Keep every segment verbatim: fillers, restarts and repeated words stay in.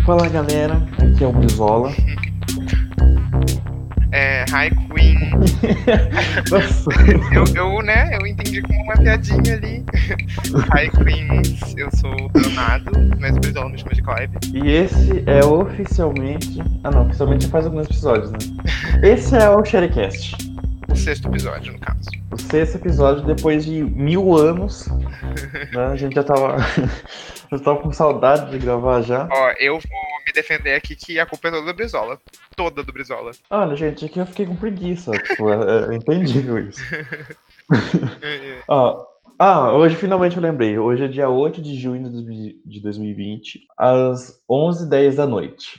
Fala galera, aqui é o Brizola. É, Hi Queen. Nossa. eu, eu, né, eu entendi como uma piadinha ali. Hi Queens, eu sou o Leonardo, mas o Brizola me chama de Clive. E esse é oficialmente. Ah não, oficialmente faz alguns episódios, né? Esse é o Sharecast. O sexto episódio, no caso. O sexto episódio, depois de mil anos. Né? A gente já tava. já tava com saudade de gravar já. Ó, eu vou me defender aqui que a culpa é toda do Brizola. Toda do Brizola. Olha, gente, aqui eu fiquei com preguiça. Tipo, é, é entendível isso. Ó. Ah, hoje finalmente eu lembrei. Hoje é dia oito de junho de dois mil e vinte, às onze e dez da noite.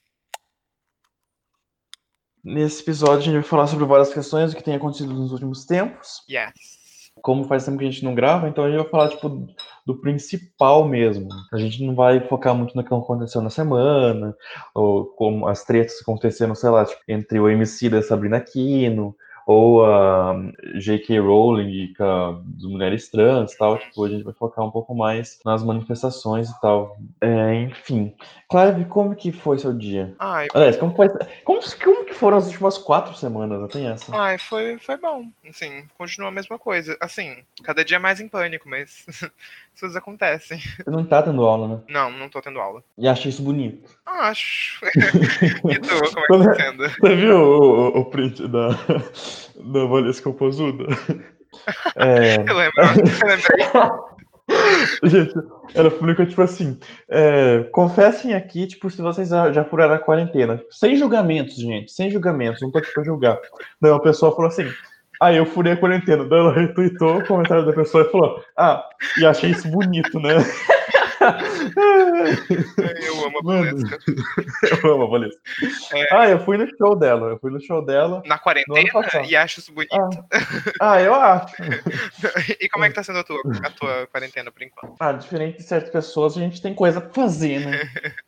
Nesse episódio a gente vai falar sobre várias questões do que tem acontecido nos últimos tempos. Yes. Como faz tempo que a gente não grava, então a gente vai falar tipo do principal mesmo. A gente não vai focar muito no que aconteceu na semana, ou como as tretas que aconteceram, sei lá, tipo, entre o M C da Sabrina Aquino, ou a J K. Rowling com a, das mulheres trans e tal. Tipo, a gente vai focar um pouco mais nas manifestações e tal. É, enfim. Clive, como que foi seu dia? Ai, Aliás, como, foi, como, como que foram as últimas quatro semanas? Não tem essa? ai foi, foi bom. Assim, continua a mesma coisa. Assim, cada dia mais em pânico, mas as coisas acontecem. Você não tá tendo aula, né? Não, não tô tendo aula. E acha isso bonito. Acho. E tu, como é que tá sendo? Você viu o, o, o print da, da Valesca Pozuda? É... Eu lembro, eu lembrei. Gente, ela publicou tipo assim: é, confessem aqui, tipo, se vocês já, já furaram a quarentena. Sem julgamentos, gente, sem julgamentos, não tô aqui pra julgar. Daí uma pessoa falou assim: ah, eu furei a quarentena. Daí ela retweetou o comentário da pessoa e falou: ah, e achei isso bonito, né? Eu amo a Mano, Valesca. eu amo a Valesca. É... Ah, eu fui no show dela. Eu fui no show dela. Na quarentena e acho isso bonito. Ah, ah eu acho. E como é que tá sendo a tua, a tua quarentena por enquanto? Ah, diferente de certas pessoas, a gente tem coisa pra fazer, né?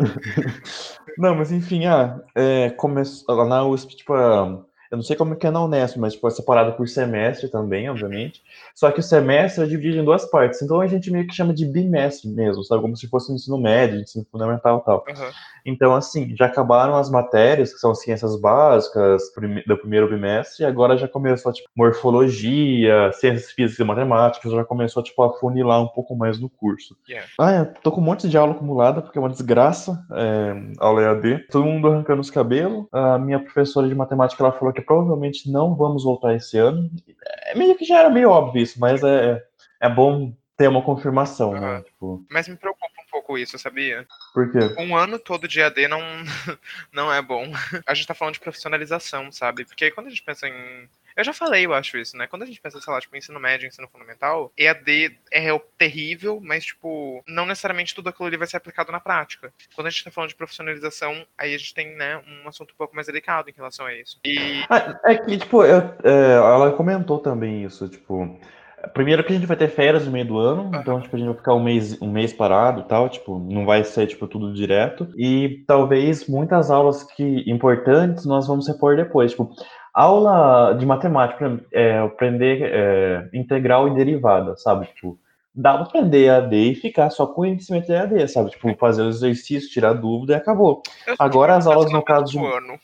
Não, mas enfim, ah, é, começou lá na U S P, tipo, eu não sei como é que é na Unesp, mas tipo, é separado por semestre também, obviamente. Só que o semestre é dividido em duas partes. Então a gente meio que chama de bimestre mesmo, sabe? Como se fosse o ensino médio, ensino fundamental e tal. Uhum. Então, assim, já acabaram as matérias, que são ciências básicas do primeiro bimestre, e agora já começou, tipo, morfologia, ciências físicas e matemáticas, já começou, tipo, a funilar um pouco mais no curso. Yeah. Ah, eu tô com um monte de aula acumulada, porque é uma desgraça, é, aula E A D. Todo mundo arrancando os cabelos. A minha professora de matemática, ela falou que provavelmente não vamos voltar esse ano. É meio que já era meio óbvio isso, mas é, é bom ter uma confirmação, uhum. né? Tipo... Mas me preocupa um pouco isso, sabia? Por quê? Um ano todo de E A D não, não é bom. A gente tá falando de profissionalização, sabe? Porque quando a gente pensa em... Eu já falei, eu acho isso, né? Quando a gente pensa, sei lá, tipo, ensino médio, ensino fundamental, E A D é terrível, mas, tipo, não necessariamente tudo aquilo ali vai ser aplicado na prática. Quando a gente tá falando de profissionalização, aí a gente tem, né, um assunto um pouco mais delicado em relação a isso. E... Ah, é que, tipo, eu, é, ela comentou também isso, tipo... Primeiro que a gente vai ter férias no meio do ano, uhum. então, tipo, a gente vai ficar um mês, um mês parado e tal, tipo, não vai ser, tipo, tudo direto. E talvez muitas aulas que importantes nós vamos repor depois, tipo... Aula de matemática, é, aprender é, integral e derivada, sabe? Tipo, dá pra aprender E A D e ficar só com conhecimento de E A D, sabe? Tipo, fazer os exercícios, tirar dúvida e acabou. Agora as aulas no caso de... ano.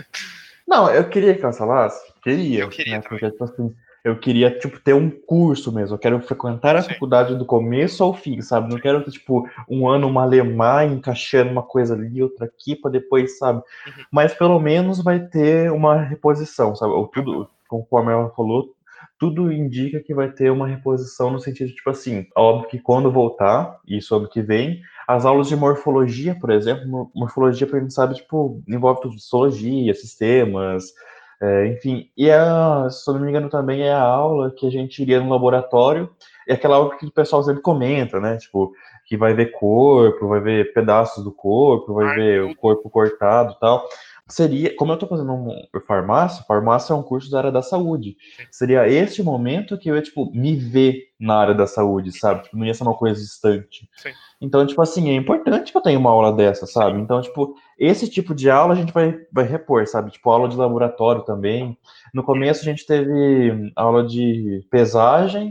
Não, eu queria que cancelasse, queria, eu queria né? também. Porque, tipo assim, eu queria, tipo, ter um curso mesmo. Eu quero frequentar a Sim. faculdade do começo ao fim, sabe? Não quero ter, tipo, um ano uma alemã encaixando uma coisa ali, outra aqui, pra depois, sabe? Uhum. Mas pelo menos vai ter uma reposição, sabe? Ou tudo, conforme ela falou, tudo indica que vai ter uma reposição no sentido de, tipo assim, óbvio que quando voltar, isso ano que vem, as aulas de morfologia, por exemplo, morfologia, pra gente sabe, tipo, envolve tudo, histologia, sistemas, é, enfim. E, a, se eu não me engano, também é a aula que a gente iria no laboratório, é aquela aula que o pessoal sempre comenta, né? Tipo, que vai ver corpo, vai ver pedaços do corpo, vai Ai, ver meu... o corpo cortado e tal. Seria, como eu tô fazendo um, farmácia, farmácia é um curso da área da saúde. Sim. Seria este momento que eu ia, tipo, me ver na área da saúde, sabe? Tipo, não ia ser uma coisa distante. Sim. Então, tipo assim, é importante que eu tenha uma aula dessa, sabe? Sim. Então, tipo, esse tipo de aula a gente vai, vai repor, sabe? Tipo, aula de laboratório também. No começo a gente teve aula de pesagem,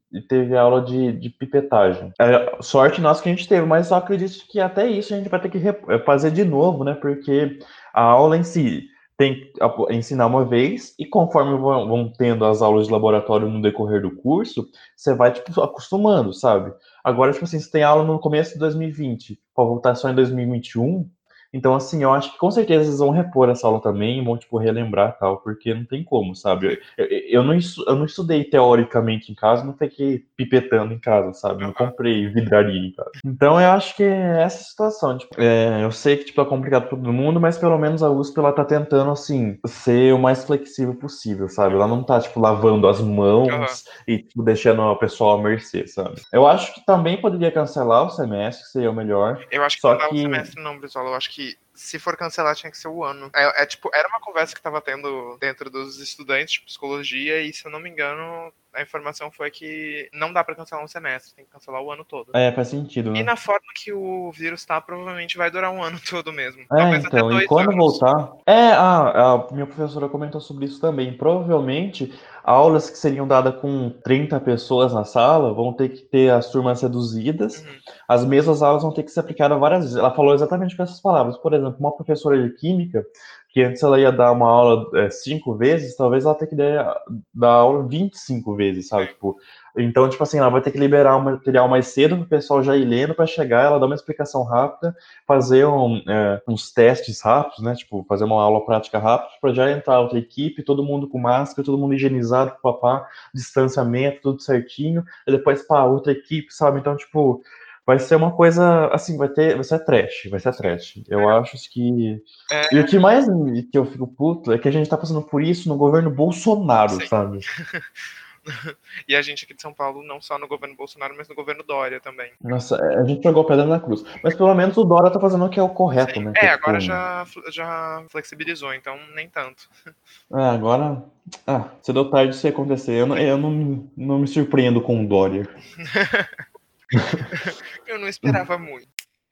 e teve aula de, de pipetagem. É, sorte nossa que a gente teve, mas só acredito que até isso a gente vai ter que rep- fazer de novo, né? Porque a aula em si tem que ap- ensinar uma vez, e conforme vão, vão tendo as aulas de laboratório no decorrer do curso, você vai, tipo, acostumando, sabe? Agora, tipo assim, você tem aula no começo de dois mil e vinte, para voltar só em dois mil e vinte e um, então, assim, eu acho que com certeza eles vão repor essa aula também, e vão, tipo, relembrar tal, porque não tem como, sabe? Eu, eu, eu não, estu- eu não estudei teoricamente em casa, não fiquei pipetando em casa, sabe? Não Aham. comprei vidraria em casa. Então, eu acho que é essa situação. Tipo, é, eu sei que, tipo, é complicado para todo mundo, mas pelo menos a U S P, ela tá tentando, assim, ser o mais flexível possível, sabe? Ela não tá, tipo, lavando as Aham. mãos e, tipo, deixando a pessoa à mercê, sabe? Eu acho que também poderia cancelar o semestre, que seria o melhor, Eu acho que só não dá o que semestre, não, Brizola. Eu acho que se for cancelar, tinha que ser o ano. É, é, tipo, era uma conversa que tava tendo dentro dos estudantes de psicologia, e se eu não me engano, a informação foi que não dá pra cancelar um semestre, tem que cancelar o ano todo. é, faz sentido, E né? na forma que o vírus tá, provavelmente vai durar um ano todo mesmo. É, Talvez até então, e dois quando anos. voltar. É, a, a minha professora comentou sobre isso também. Provavelmente, aulas que seriam dadas com trinta pessoas na sala vão ter que ter as turmas reduzidas. Uhum. As mesmas aulas vão ter que ser aplicadas várias vezes. Ela falou exatamente com essas palavras. Por exemplo, uma professora de química, que antes ela ia dar uma aula é, cinco vezes, talvez ela tenha que dar, dar aula vinte e cinco vezes, sabe? Sim. Tipo, então, tipo assim, ela vai ter que liberar o material mais cedo para o pessoal já ir lendo para chegar, ela dar uma explicação rápida, fazer um, é, uns testes rápidos, né? Tipo, fazer uma aula prática rápida para já entrar outra equipe, todo mundo com máscara, todo mundo higienizado, papá, distanciamento, tudo certinho, e depois para outra equipe, sabe? Então, tipo, vai ser uma coisa assim, vai ter, vai ser trash, vai ser Sim. trash. Eu acho que É, e o que mais que eu fico puto é que a gente tá passando por isso no governo Bolsonaro, sim. sabe? E a gente aqui de São Paulo, não só no governo Bolsonaro, mas no governo Dória também. Nossa, a gente jogou pedra na cruz. Mas pelo menos o Dora tá fazendo o que é o correto, Sim. né? Que É, é agora tipo. já, já flexibilizou, então nem tanto. É, agora. Ah, cedo ou tarde isso ia acontecer. Eu não, eu não, me- não me surpreendo com o Dória. Eu não esperava muito.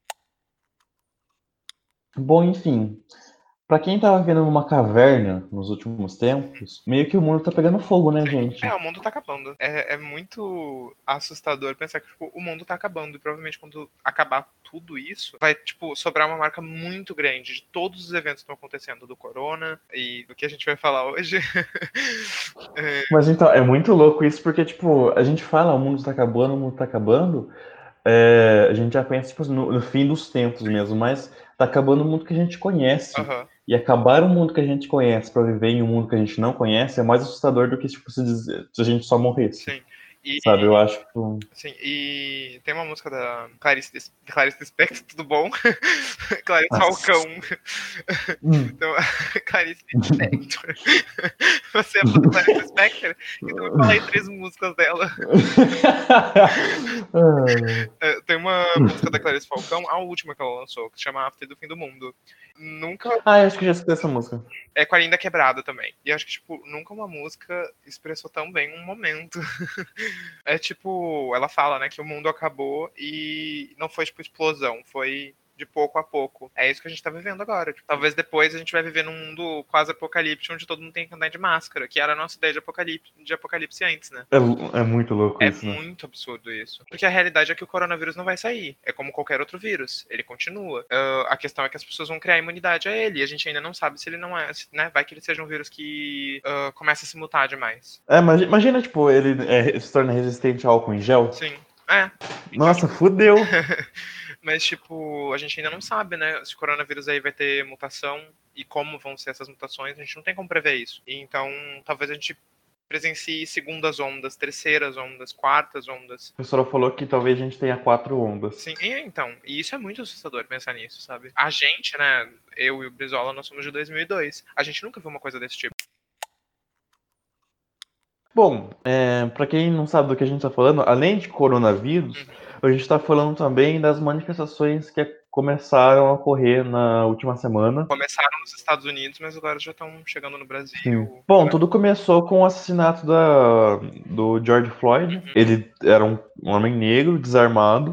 Bom, enfim. Pra quem tava vivendo numa caverna nos últimos tempos, meio que o mundo tá pegando fogo, né, Sim. É, gente? o mundo tá acabando. É, é muito assustador pensar que tipo, o mundo tá acabando. E provavelmente quando acabar tudo isso, vai, tipo, sobrar uma marca muito grande de todos os eventos que estão acontecendo, do corona e do que a gente vai falar hoje. É, Mas então, é muito louco isso, porque, tipo, a gente fala, o mundo tá acabando, o mundo tá acabando. É, a gente já pensa tipo, no, no fim dos tempos mesmo, mas tá acabando o mundo que a gente conhece. aham. E acabar o mundo que a gente conhece para viver em um mundo que a gente não conhece é mais assustador do que tipo, se, dizer, se a gente só morresse. Sim. E, Sabe? Eu acho que. Tipo, sim, e tem uma música da Clarice, Lis- Clarice Lispector, tudo bom? Clarice Falcão. nossa. Hum. Então, Clarice Lispector. Você é fã da Clarice Lispector? Então eu falei três músicas dela. É, tem uma música da Clarice Falcão, a última que ela lançou, que se chama After do Fim do Mundo. Nunca. Ah, eu acho que eu já escutei essa música. É com a Linda Quebrada também. E acho que, tipo, nunca uma música expressou tão bem um momento. É tipo, ela fala, né, que o mundo acabou e não foi, tipo, explosão, foi de pouco a pouco. É isso que a gente tá vivendo agora. Tipo, talvez depois a gente vai viver num mundo quase apocalíptico, onde todo mundo tem que andar de máscara, que era a nossa ideia de apocalipse, de apocalipse antes, né? É, é muito louco É isso, né? muito absurdo isso. Porque a realidade é que o coronavírus não vai sair. É como qualquer outro vírus. Ele continua. Uh, a questão é que as pessoas vão criar imunidade a ele. E a gente ainda não sabe se ele não é. Se, né? Vai que ele seja um vírus que uh, começa a se mutar demais. É, mas imagina, tipo, ele é, se torna resistente ao álcool em gel. Sim. É. Então, Nossa, fudeu. mas, tipo, a gente ainda não sabe, né? Se o coronavírus aí vai ter mutação e como vão ser essas mutações. A gente não tem como prever isso. E então, talvez a gente presencie segundas ondas, terceiras ondas, quartas ondas. A professora falou que talvez a gente tenha quatro ondas. Sim, e então, e isso é muito assustador pensar nisso, sabe? A gente, né, eu e o Brizola, nós somos de dois mil e dois. A gente nunca viu uma coisa desse tipo. Bom, é, para quem não sabe do que a gente está falando, além de coronavírus, Uhum. a gente está falando também das manifestações que começaram a ocorrer na última semana. Começaram nos Estados Unidos, mas agora já estão chegando no Brasil. Sim. Bom, tudo começou com o assassinato da, do George Floyd. Uhum. Ele era um homem negro, desarmado. Uhum.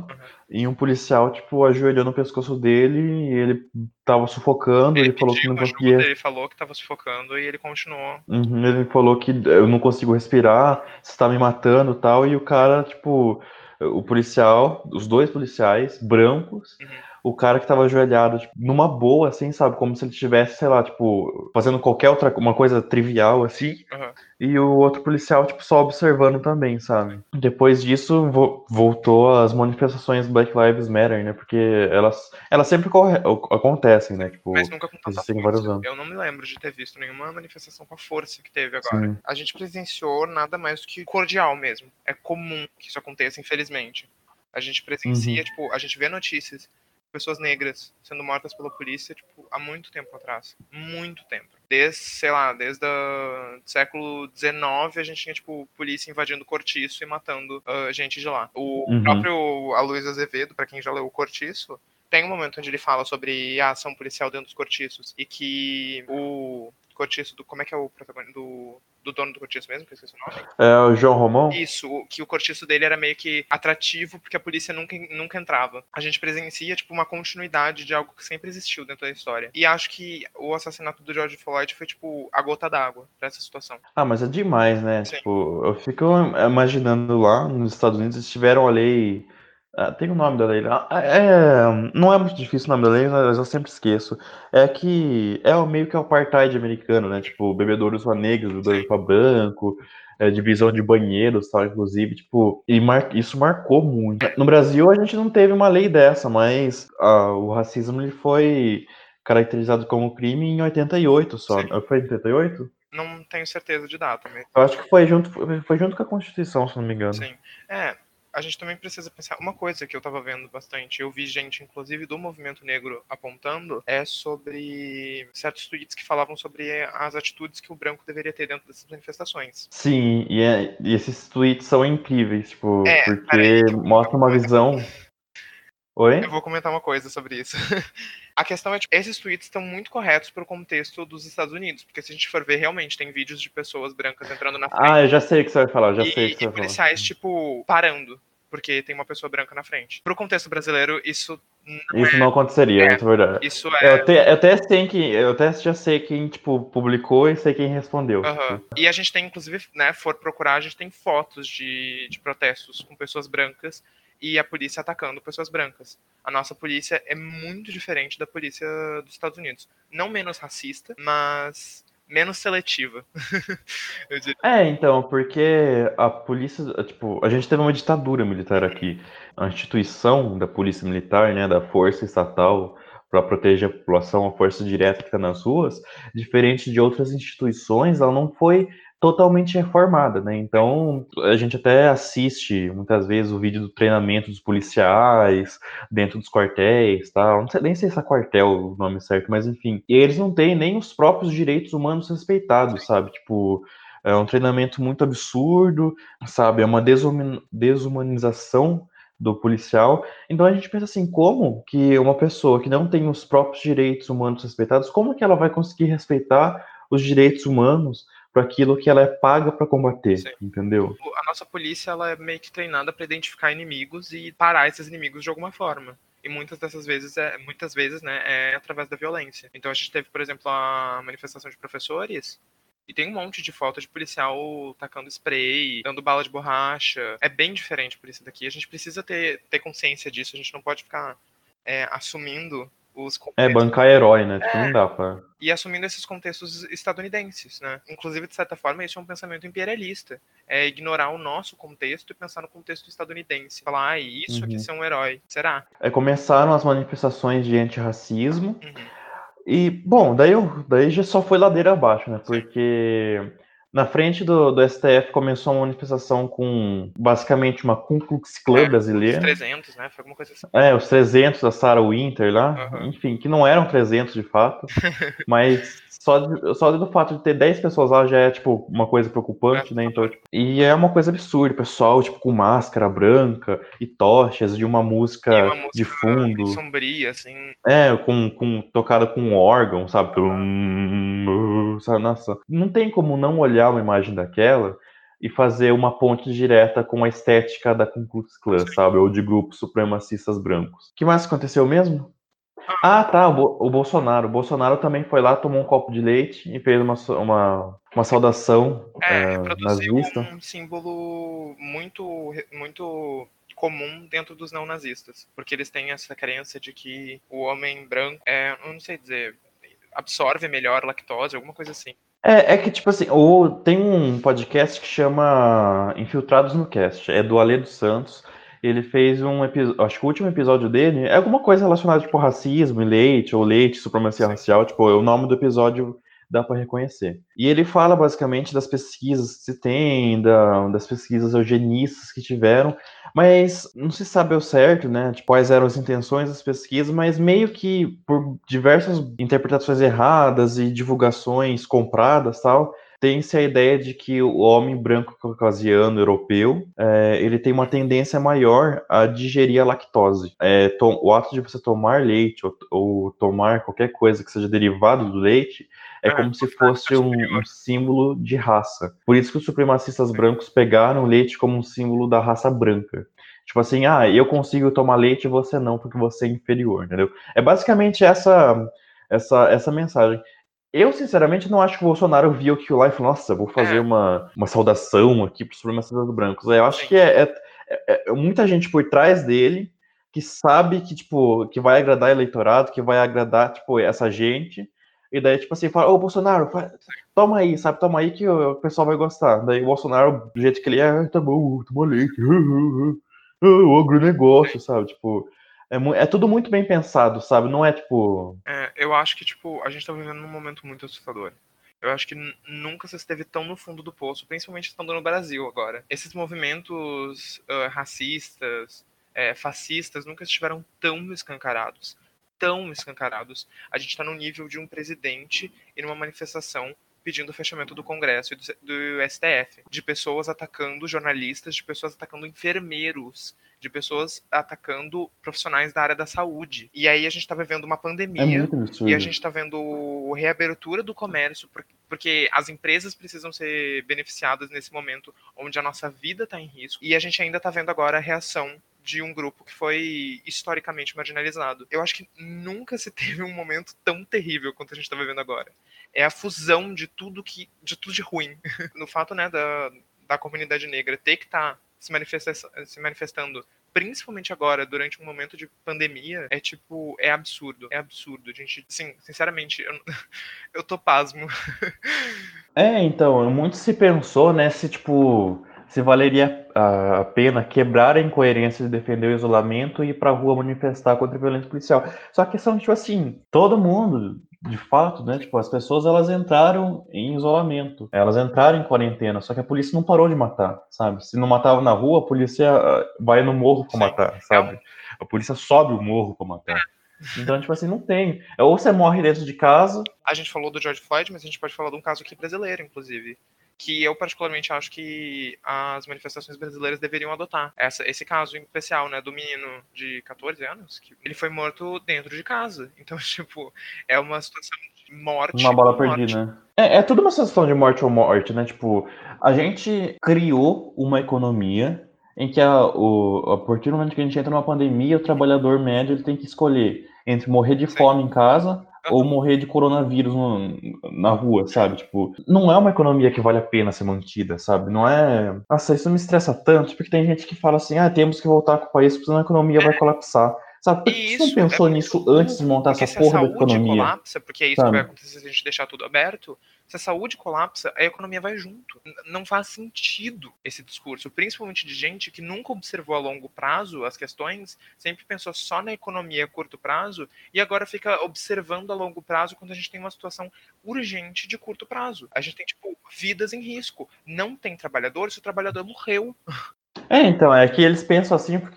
E um policial, tipo, ajoelhou no pescoço dele e ele tava sufocando, Ele ele falou que pediu não ajuda, conseguia. ele falou que tava sufocando e ele continuou. Uhum, ele falou que eu não consigo respirar, você tá me matando e tal, e o cara, tipo, o policial, os dois policiais brancos, Uhum. o cara que tava ajoelhado, tipo, numa boa, assim, sabe, como se ele estivesse, sei lá, tipo, fazendo qualquer outra, uma coisa trivial, assim, Uhum. e o outro policial, tipo, só observando também, sabe? Depois disso, vo- voltou as manifestações Black Lives Matter, né, porque elas, elas sempre corre- acontecem, né, Mas tipo, nunca com tanta existem vários força. anos. Eu não me lembro de ter visto nenhuma manifestação com a força que teve agora. Sim. A gente presenciou nada mais do que cordial mesmo. É comum que isso aconteça, infelizmente. A gente Uhum. presencia, tipo, a gente vê notícias de pessoas negras sendo mortas pela polícia, tipo, há muito tempo atrás. Muito tempo. Desde, sei lá, desde o século dezenove a gente tinha, tipo, polícia invadindo cortiço e matando ah, gente de lá. O Uhum. próprio Aloysio Azevedo, pra quem já leu o Cortiço, tem um momento onde ele fala sobre a ação policial dentro dos cortiços e que o cortiço do. Como é que é o protagonista? Do, do dono do cortiço mesmo, que eu esqueci o nome? É o João Romão? Isso, o- que o cortiço dele era meio que atrativo porque a polícia nunca, nunca entrava. A gente presencia, tipo, uma continuidade de algo que sempre existiu dentro da história. E acho que o assassinato do George Floyd foi, tipo, a gota d'água pra essa situação. Ah, mas é demais, né? Sim, Tipo, eu fico imaginando lá nos Estados Unidos, eles tiveram a lei. Ah, tem o nome da lei lá. Ah, é, não é muito difícil o nome da lei, mas eu sempre esqueço. É que é o meio que o apartheid americano, né? Tipo, bebedouros para negros, sim. bebedouros para branco, é, divisão de banheiros, tal, inclusive. Tipo, e mar- isso marcou muito. É, No Brasil, a gente não teve uma lei dessa, mas ah, o racismo ele foi caracterizado como crime em oitenta e oito só. sim. Foi em oitenta e oito? Não tenho certeza de data, mas Eu acho que foi junto, foi junto com a Constituição, se não me engano. sim. É, a gente também precisa pensar. Uma coisa que eu tava vendo bastante, eu vi gente, inclusive, do movimento negro apontando, é sobre certos tweets que falavam sobre as atitudes que o branco deveria ter dentro dessas manifestações. Sim, e, é- e esses tweets são incríveis, tipo, É, porque peraí, que eu vou comentar mostra uma uma coisa. visão. Eu Oi? vou comentar uma coisa sobre isso. A questão é, tipo, esses tweets estão muito corretos pro contexto dos Estados Unidos, porque se a gente for ver, realmente tem vídeos de pessoas brancas entrando na Ah, eu frente já sei o que você vai falar, eu já sei o e, que e você vai falar. policiais, tipo, parando, porque tem uma pessoa branca na frente. Pro contexto brasileiro, isso não Isso não aconteceria, é. isso é verdade. Isso Eu é. até, eu até sei que, eu até já sei quem, tipo, publicou e sei quem respondeu, Aham. tipo. E a gente tem, inclusive, né, for procurar, a gente tem fotos de, de protestos com pessoas brancas e a polícia atacando pessoas brancas. A nossa polícia é muito diferente da polícia dos Estados Unidos. Não menos racista, mas menos seletiva. Eu diria. É, então, porque a polícia, tipo, a gente teve uma ditadura militar Uhum. aqui. A instituição da polícia militar, né, da força estatal para proteger a população, a força direta que está nas ruas, diferente de outras instituições, ela não foi totalmente reformada, né? Então, a gente até assiste muitas vezes o vídeo do treinamento dos policiais dentro dos quartéis, tá? Não sei nem sei se é quartel o nome certo, mas enfim. E eles não têm nem os próprios direitos humanos respeitados, sabe? Tipo, é um treinamento muito absurdo, sabe? É uma desumi- desumanização do policial. Então a gente pensa assim, como que uma pessoa que não tem os próprios direitos humanos respeitados, como que ela vai conseguir respeitar os direitos humanos para aquilo que ela é paga para combater, Sim. entendeu? A nossa polícia ela é meio que treinada para identificar inimigos e parar esses inimigos de alguma forma. E muitas dessas vezes, é, muitas vezes, né, é através da violência. Então a gente teve, por exemplo, a manifestação de professores e tem um monte de foto de policial tacando spray, dando bala de borracha. É bem diferente a polícia daqui. A gente precisa ter, ter consciência disso. A gente não pode ficar é, assumindo os É contextos. bancar herói, né? Tipo, É, não dá pra. e assumindo esses contextos estadunidenses, né? Inclusive, de certa forma, isso é um pensamento imperialista. É ignorar o nosso contexto e pensar no contexto estadunidense. Falar, ah, isso aqui Uhum. ser um herói. Será? É, começaram as manifestações de antirracismo. Uhum. E, bom, daí, eu, daí já só foi ladeira abaixo, né? Sim. Porque na frente do, do S T F começou uma manifestação com basicamente uma Ku Klux Klan É, os brasileira. trezentos, né? Foi alguma coisa assim. É, os trezentos da Sarah Winter lá, Aham. enfim, que não eram trezentos de fato, mas só, de- só do fato de ter dez pessoas lá já é, tipo, uma coisa preocupante, né? Então, Assustador. tipo, e é uma coisa absurda, o pessoal, tipo, com máscara branca e tochas de uma E uma música de música meio fundo. sombria, assim. É, com, com tocada com um órgão, sabe? Aham. Tum, sabe? Nossa, não tem como não olhar uma imagem daquela e fazer uma ponte direta com a estética da Ku Klux Klan, sabe? Ou de grupos supremacistas brancos. O que mais aconteceu mesmo? Ah, tá, o, Bo- o Bolsonaro. O Bolsonaro também foi lá, tomou um copo de leite e fez uma, so- uma, uma saudação É, uh, reproduziu nazista. um símbolo muito, muito comum dentro dos neonazistas, porque eles têm essa crença de que o homem branco é, eu não sei dizer, absorve melhor lactose, alguma coisa assim. É, é que, tipo assim, o, tem um podcast que chama Infiltrados no Cast, é do Ale dos Santos. Ele fez um episódio, acho que o último episódio dele é alguma coisa relacionada, tipo, racismo e leite, ou leite, supremacia Sim. racial, tipo, o nome do episódio dá pra reconhecer. E ele fala basicamente das pesquisas que se tem, da, das pesquisas eugenistas que tiveram, mas não se sabe ao certo, né, tipo, quais eram as intenções das pesquisas, mas meio que por diversas interpretações erradas e divulgações compradas, tal, tem-se a ideia de que o homem branco caucasiano europeu, é, ele tem uma tendência maior a digerir a lactose. É, to- o ato de você tomar leite ou, ou tomar qualquer coisa que seja derivado do leite é É, como se fosse um, um símbolo de raça. Por isso que os supremacistas brancos pegaram o leite como um símbolo da raça branca. Tipo assim, ah, eu consigo tomar leite e você não, porque você é inferior, entendeu? É basicamente essa, essa, essa mensagem. Eu, sinceramente, não acho que o Bolsonaro viu aquilo lá e falou, nossa, vou fazer é, uma, uma saudação aqui para os supremacistas brancos. Eu acho sim. que é, é- é- é muita gente por trás dele que sabe que, tipo, que vai agradar eleitorado, que vai agradar, tipo, essa gente. E daí, tipo assim, fala, ô, Bolsonaro, fa- toma aí, sabe? Toma aí que o, o pessoal vai gostar. Daí o Bolsonaro, do jeito que ele é, "Ah, tá bom, toma leite. O agronegócio, sabe? Tipo, é, mu- é tudo muito bem pensado, sabe? Não é tipo. É, eu acho que, tipo, a gente tá vivendo num momento muito assustador. Eu acho que n- nunca se esteve tão no fundo do poço, principalmente estando no Brasil agora. Esses movimentos ah, racistas, é, fascistas, nunca estiveram tão escancarados. Tão escancarados. A gente tá no nível de um presidente ir numa manifestação pedindo o fechamento do Congresso e do, C- do S T F. De pessoas atacando jornalistas, de pessoas atacando enfermeiros, de pessoas atacando profissionais da área da saúde. E aí a gente está vivendo uma É pandemia muito e a absurdo. gente está vendo reabertura do comércio, porque as empresas precisam ser beneficiadas nesse momento onde a nossa vida está em risco. E a gente ainda está vendo agora a reação de um grupo que foi historicamente marginalizado. Eu acho que nunca se teve um momento tão terrível quanto a gente está vivendo agora. É a fusão de tudo que de tudo de ruim. No fato, né, da, da comunidade negra ter que estar tá se, manifesta se manifestando, principalmente agora, durante um momento de pandemia, é tipo, é absurdo. É absurdo. A gente, sim, sinceramente, eu, eu tô pasmo. É, então, muito se pensou, né, se, tipo, se valeria a a pena quebrar a incoerência de defender o isolamento e ir pra rua manifestar contra a violência policial. Só que a questão, tipo assim, todo mundo, de fato, né, tipo, as pessoas, elas entraram em isolamento, elas entraram em quarentena, só que a polícia não parou de matar, sabe? Se não matava na rua, a polícia ah, vai no morro pra Sim. matar, É um, sabe? A polícia sobe o morro pra matar. Então, tipo assim, não tem. Ou você morre dentro de casa. a gente falou do George Floyd, mas a gente pode falar de um caso aqui brasileiro, inclusive. Que eu particularmente acho que as manifestações brasileiras deveriam adotar. Essa, esse caso em especial, né, do menino de catorze anos, que ele foi morto dentro de casa. Então, tipo, é uma situação de Uma morte ou bala morte. perdida, né? É, é tudo uma sensação de morte ou morte, né? Tipo, a gente criou uma economia em que a, o, a partir do momento que a gente entra numa pandemia, o trabalhador médio ele tem que escolher entre morrer de Sim. fome em casa ou Uhum. morrer de coronavírus no, na rua, sabe? Tipo, não é uma economia que vale a pena ser mantida, sabe? Não é. Nossa, isso me estressa tanto, porque tem gente que fala assim, ah, temos que voltar com o país, porque senão a economia vai colapsar. Sabe? Por que E você não isso é pensou muito nisso antes de burro, montar porque essa se a porra da saúde economia? colapsa, porque é isso que vai Sabe? acontecer se a gente deixar tudo aberto, se a saúde colapsa, a economia vai junto. N- Não faz sentido esse discurso, principalmente de gente que nunca observou a longo prazo as questões, sempre pensou só na economia a curto prazo e agora fica observando a longo prazo quando a gente tem uma situação urgente de curto prazo. A gente tem, tipo, vidas em risco. Não tem trabalhador se o trabalhador morreu. É, então, é que eles pensam assim porque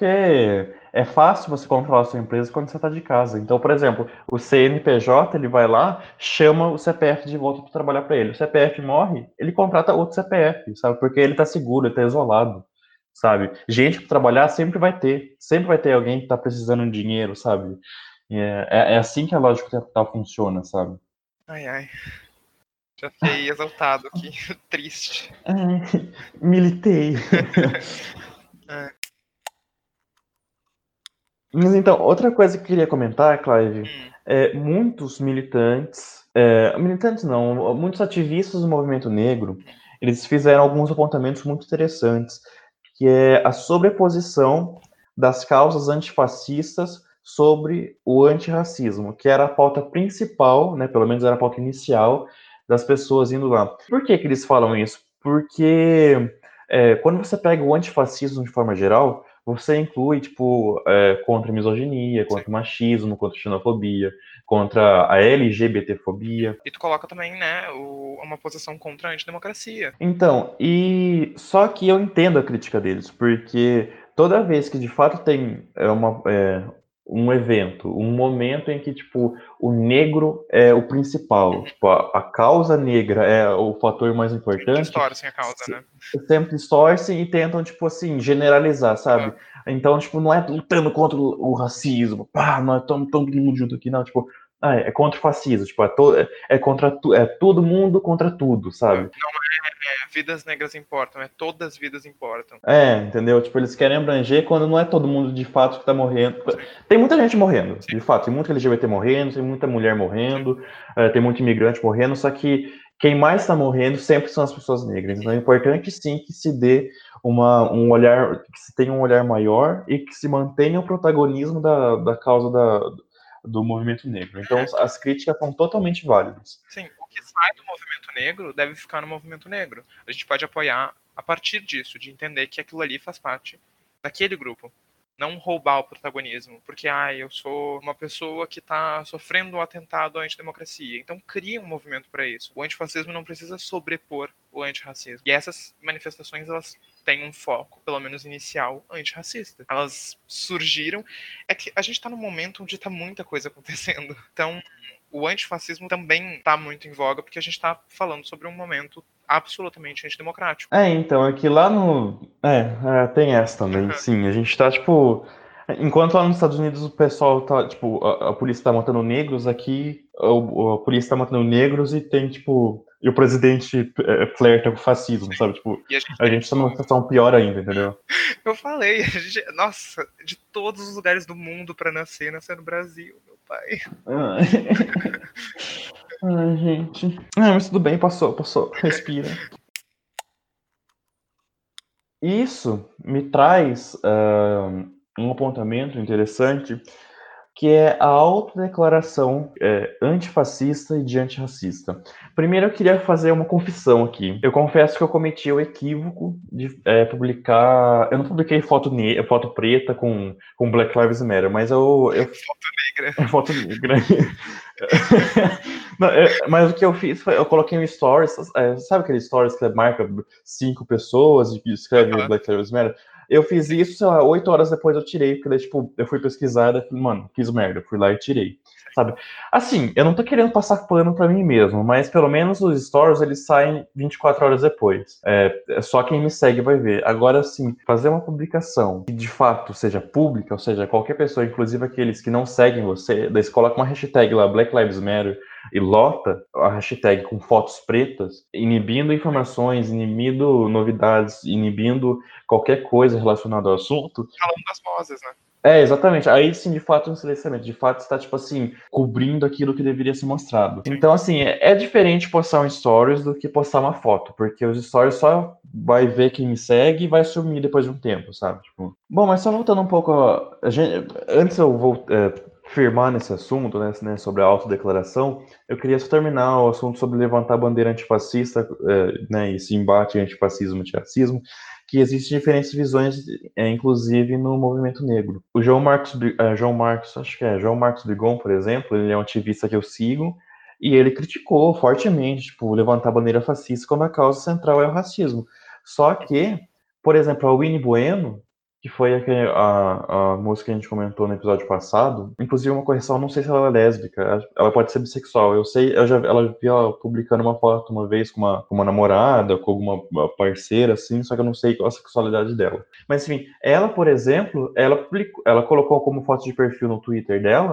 é fácil você controlar a sua empresa quando você está de casa. Então, por exemplo, o C N P J, ele vai lá, chama o C P F de volta para trabalhar para ele. O C P F morre, ele contrata outro C P F, sabe? Porque ele está seguro, ele está isolado, sabe? Gente para trabalhar sempre vai ter. Sempre vai ter alguém que está precisando de dinheiro, sabe? E É, é, é assim que a lógica do capital funciona, sabe? Ai, ai. Já fiquei exaltado aqui, triste. Ai, militei. É. Mas então, outra coisa que eu queria comentar, Clive, Hum. é muitos militantes, é, militantes não, muitos ativistas do movimento negro, eles fizeram alguns apontamentos muito interessantes, que é a sobreposição das causas antifascistas sobre o antirracismo, que era a pauta principal, né, pelo menos era a pauta inicial das pessoas indo lá. Por que que eles falam isso? Porque é, quando você pega o antifascismo de forma geral, você inclui, tipo, é, contra a misoginia, contra o machismo, contra a xenofobia, contra a LGBTfobia. E tu coloca também, né, o, uma posição contra a antidemocracia. Então, e só que eu entendo a crítica deles, porque toda vez que de fato tem é, uma, é, um evento, um momento em que, tipo, o negro é o principal, tipo, a, a causa negra é o fator mais importante, Distorcem a causa, né? sempre distorcem e tentam, tipo assim, generalizar, sabe? Uhum. Então, tipo, não é lutando contra o racismo, pá, nós estamos todo mundo junto aqui, não, tipo, ah, é contra o fascismo, tipo, é, to, é, é contra tu, é todo mundo contra tudo, sabe? Não é, é vidas negras importam, é todas as vidas importam. É, entendeu? Tipo, eles querem abranger quando não é todo mundo de fato que tá morrendo. Sim. Tem muita gente morrendo, Sim. de fato, tem muito L G B T morrendo, tem muita mulher morrendo, é, tem muito imigrante morrendo, só que quem mais está morrendo sempre são as pessoas negras. Então é importante sim que se dê uma, um olhar, que se tenha um olhar maior e que se mantenha o protagonismo da, da causa da, do movimento negro. Então as críticas são totalmente válidas. Sim, o que sai do movimento negro deve ficar no movimento negro. A gente pode apoiar a partir disso, de entender que aquilo ali faz parte daquele grupo. Não roubar o protagonismo, porque ah, eu sou uma pessoa que está sofrendo um atentado à antidemocracia. Então cria um movimento para isso. O antifascismo não precisa sobrepor o antirracismo. E essas manifestações, elas têm um foco, pelo menos inicial, antirracista. Elas surgiram. É que a gente está num momento onde está muita coisa acontecendo. Então, o antifascismo também está muito em voga, porque a gente está falando sobre um momento absolutamente antidemocrático. É, então, é que lá no. É, é, tem essa também, sim. A gente tá, tipo. Enquanto lá nos Estados Unidos o pessoal tá, tipo, a, a polícia tá matando negros, aqui a, a polícia tá matando negros e tem, tipo. E o presidente é, flerta com o fascismo, sabe? Tipo, E a gente, a gente tá numa situação pior ainda, entendeu? Eu falei, a gente, nossa, de todos os lugares do mundo pra nascer, nascer no Brasil, meu pai. Ai, gente. Ah, mas tudo bem, passou, passou. Respira. Isso me traz uh, um apontamento interessante, que é a autodeclaração é, antifascista e de antirracista. Primeiro eu queria fazer uma confissão aqui. Eu confesso que eu cometi o equívoco de é, publicar... Eu não publiquei foto, ne... foto preta com, com Black Lives Matter, mas eu... eu... Foto negra. Foto negra. Não, eu, mas o que eu fiz foi, eu coloquei um stories, é, sabe aquele stories que marca cinco pessoas e escreve uhum. Black Lives Matter? Eu fiz isso, sei lá, oito horas depois eu tirei, porque daí, tipo, eu fui pesquisar e falei, mano, fiz merda, eu fui lá e tirei, sabe? Assim, eu não tô querendo passar pano pra mim mesmo, mas pelo menos os stories, eles saem vinte e quatro horas depois. É, só quem me segue vai ver. Agora, assim, fazer uma publicação que de fato seja pública, ou seja, qualquer pessoa, inclusive aqueles que não seguem você, daí você coloca uma hashtag lá, Black Lives Matter, e lota a hashtag com fotos pretas, inibindo informações, inibindo novidades, inibindo qualquer coisa relacionada ao assunto. Falando das vozes, né? É, exatamente. Aí sim, de fato, um silenciamento. De fato, está, tipo assim, cobrindo aquilo que deveria ser mostrado. Sim. Então, assim, é, é diferente postar um stories do que postar uma foto, porque os stories só vai ver quem me segue e vai sumir depois de um tempo, sabe? Tipo... Bom, mas só voltando um pouco, a... A gente... antes eu vou é, firmar nesse assunto, né, né, sobre a autodeclaração, eu queria só terminar o assunto sobre levantar a bandeira antifascista, é, né, esse embate antifascismo e antirracismo, que existem diferentes visões, é, inclusive no movimento negro. O João Marcos, é, João Marcos, acho que é João Marcos Bigon, por exemplo, ele é um ativista que eu sigo, e ele criticou fortemente, tipo, levantar a bandeira fascista quando a causa central é o racismo. Só que, por exemplo, a Winnie Bueno, que foi a, a, a música que a gente comentou no episódio passado, inclusive uma correção, não sei se ela é lésbica, ela pode ser bissexual, eu sei, eu já ela vi ela publicando uma foto uma vez com uma, com uma namorada, com alguma parceira, assim, só que eu não sei qual a sexualidade dela. Mas enfim, ela, por exemplo, ela, publicou, ela colocou como foto de perfil no Twitter dela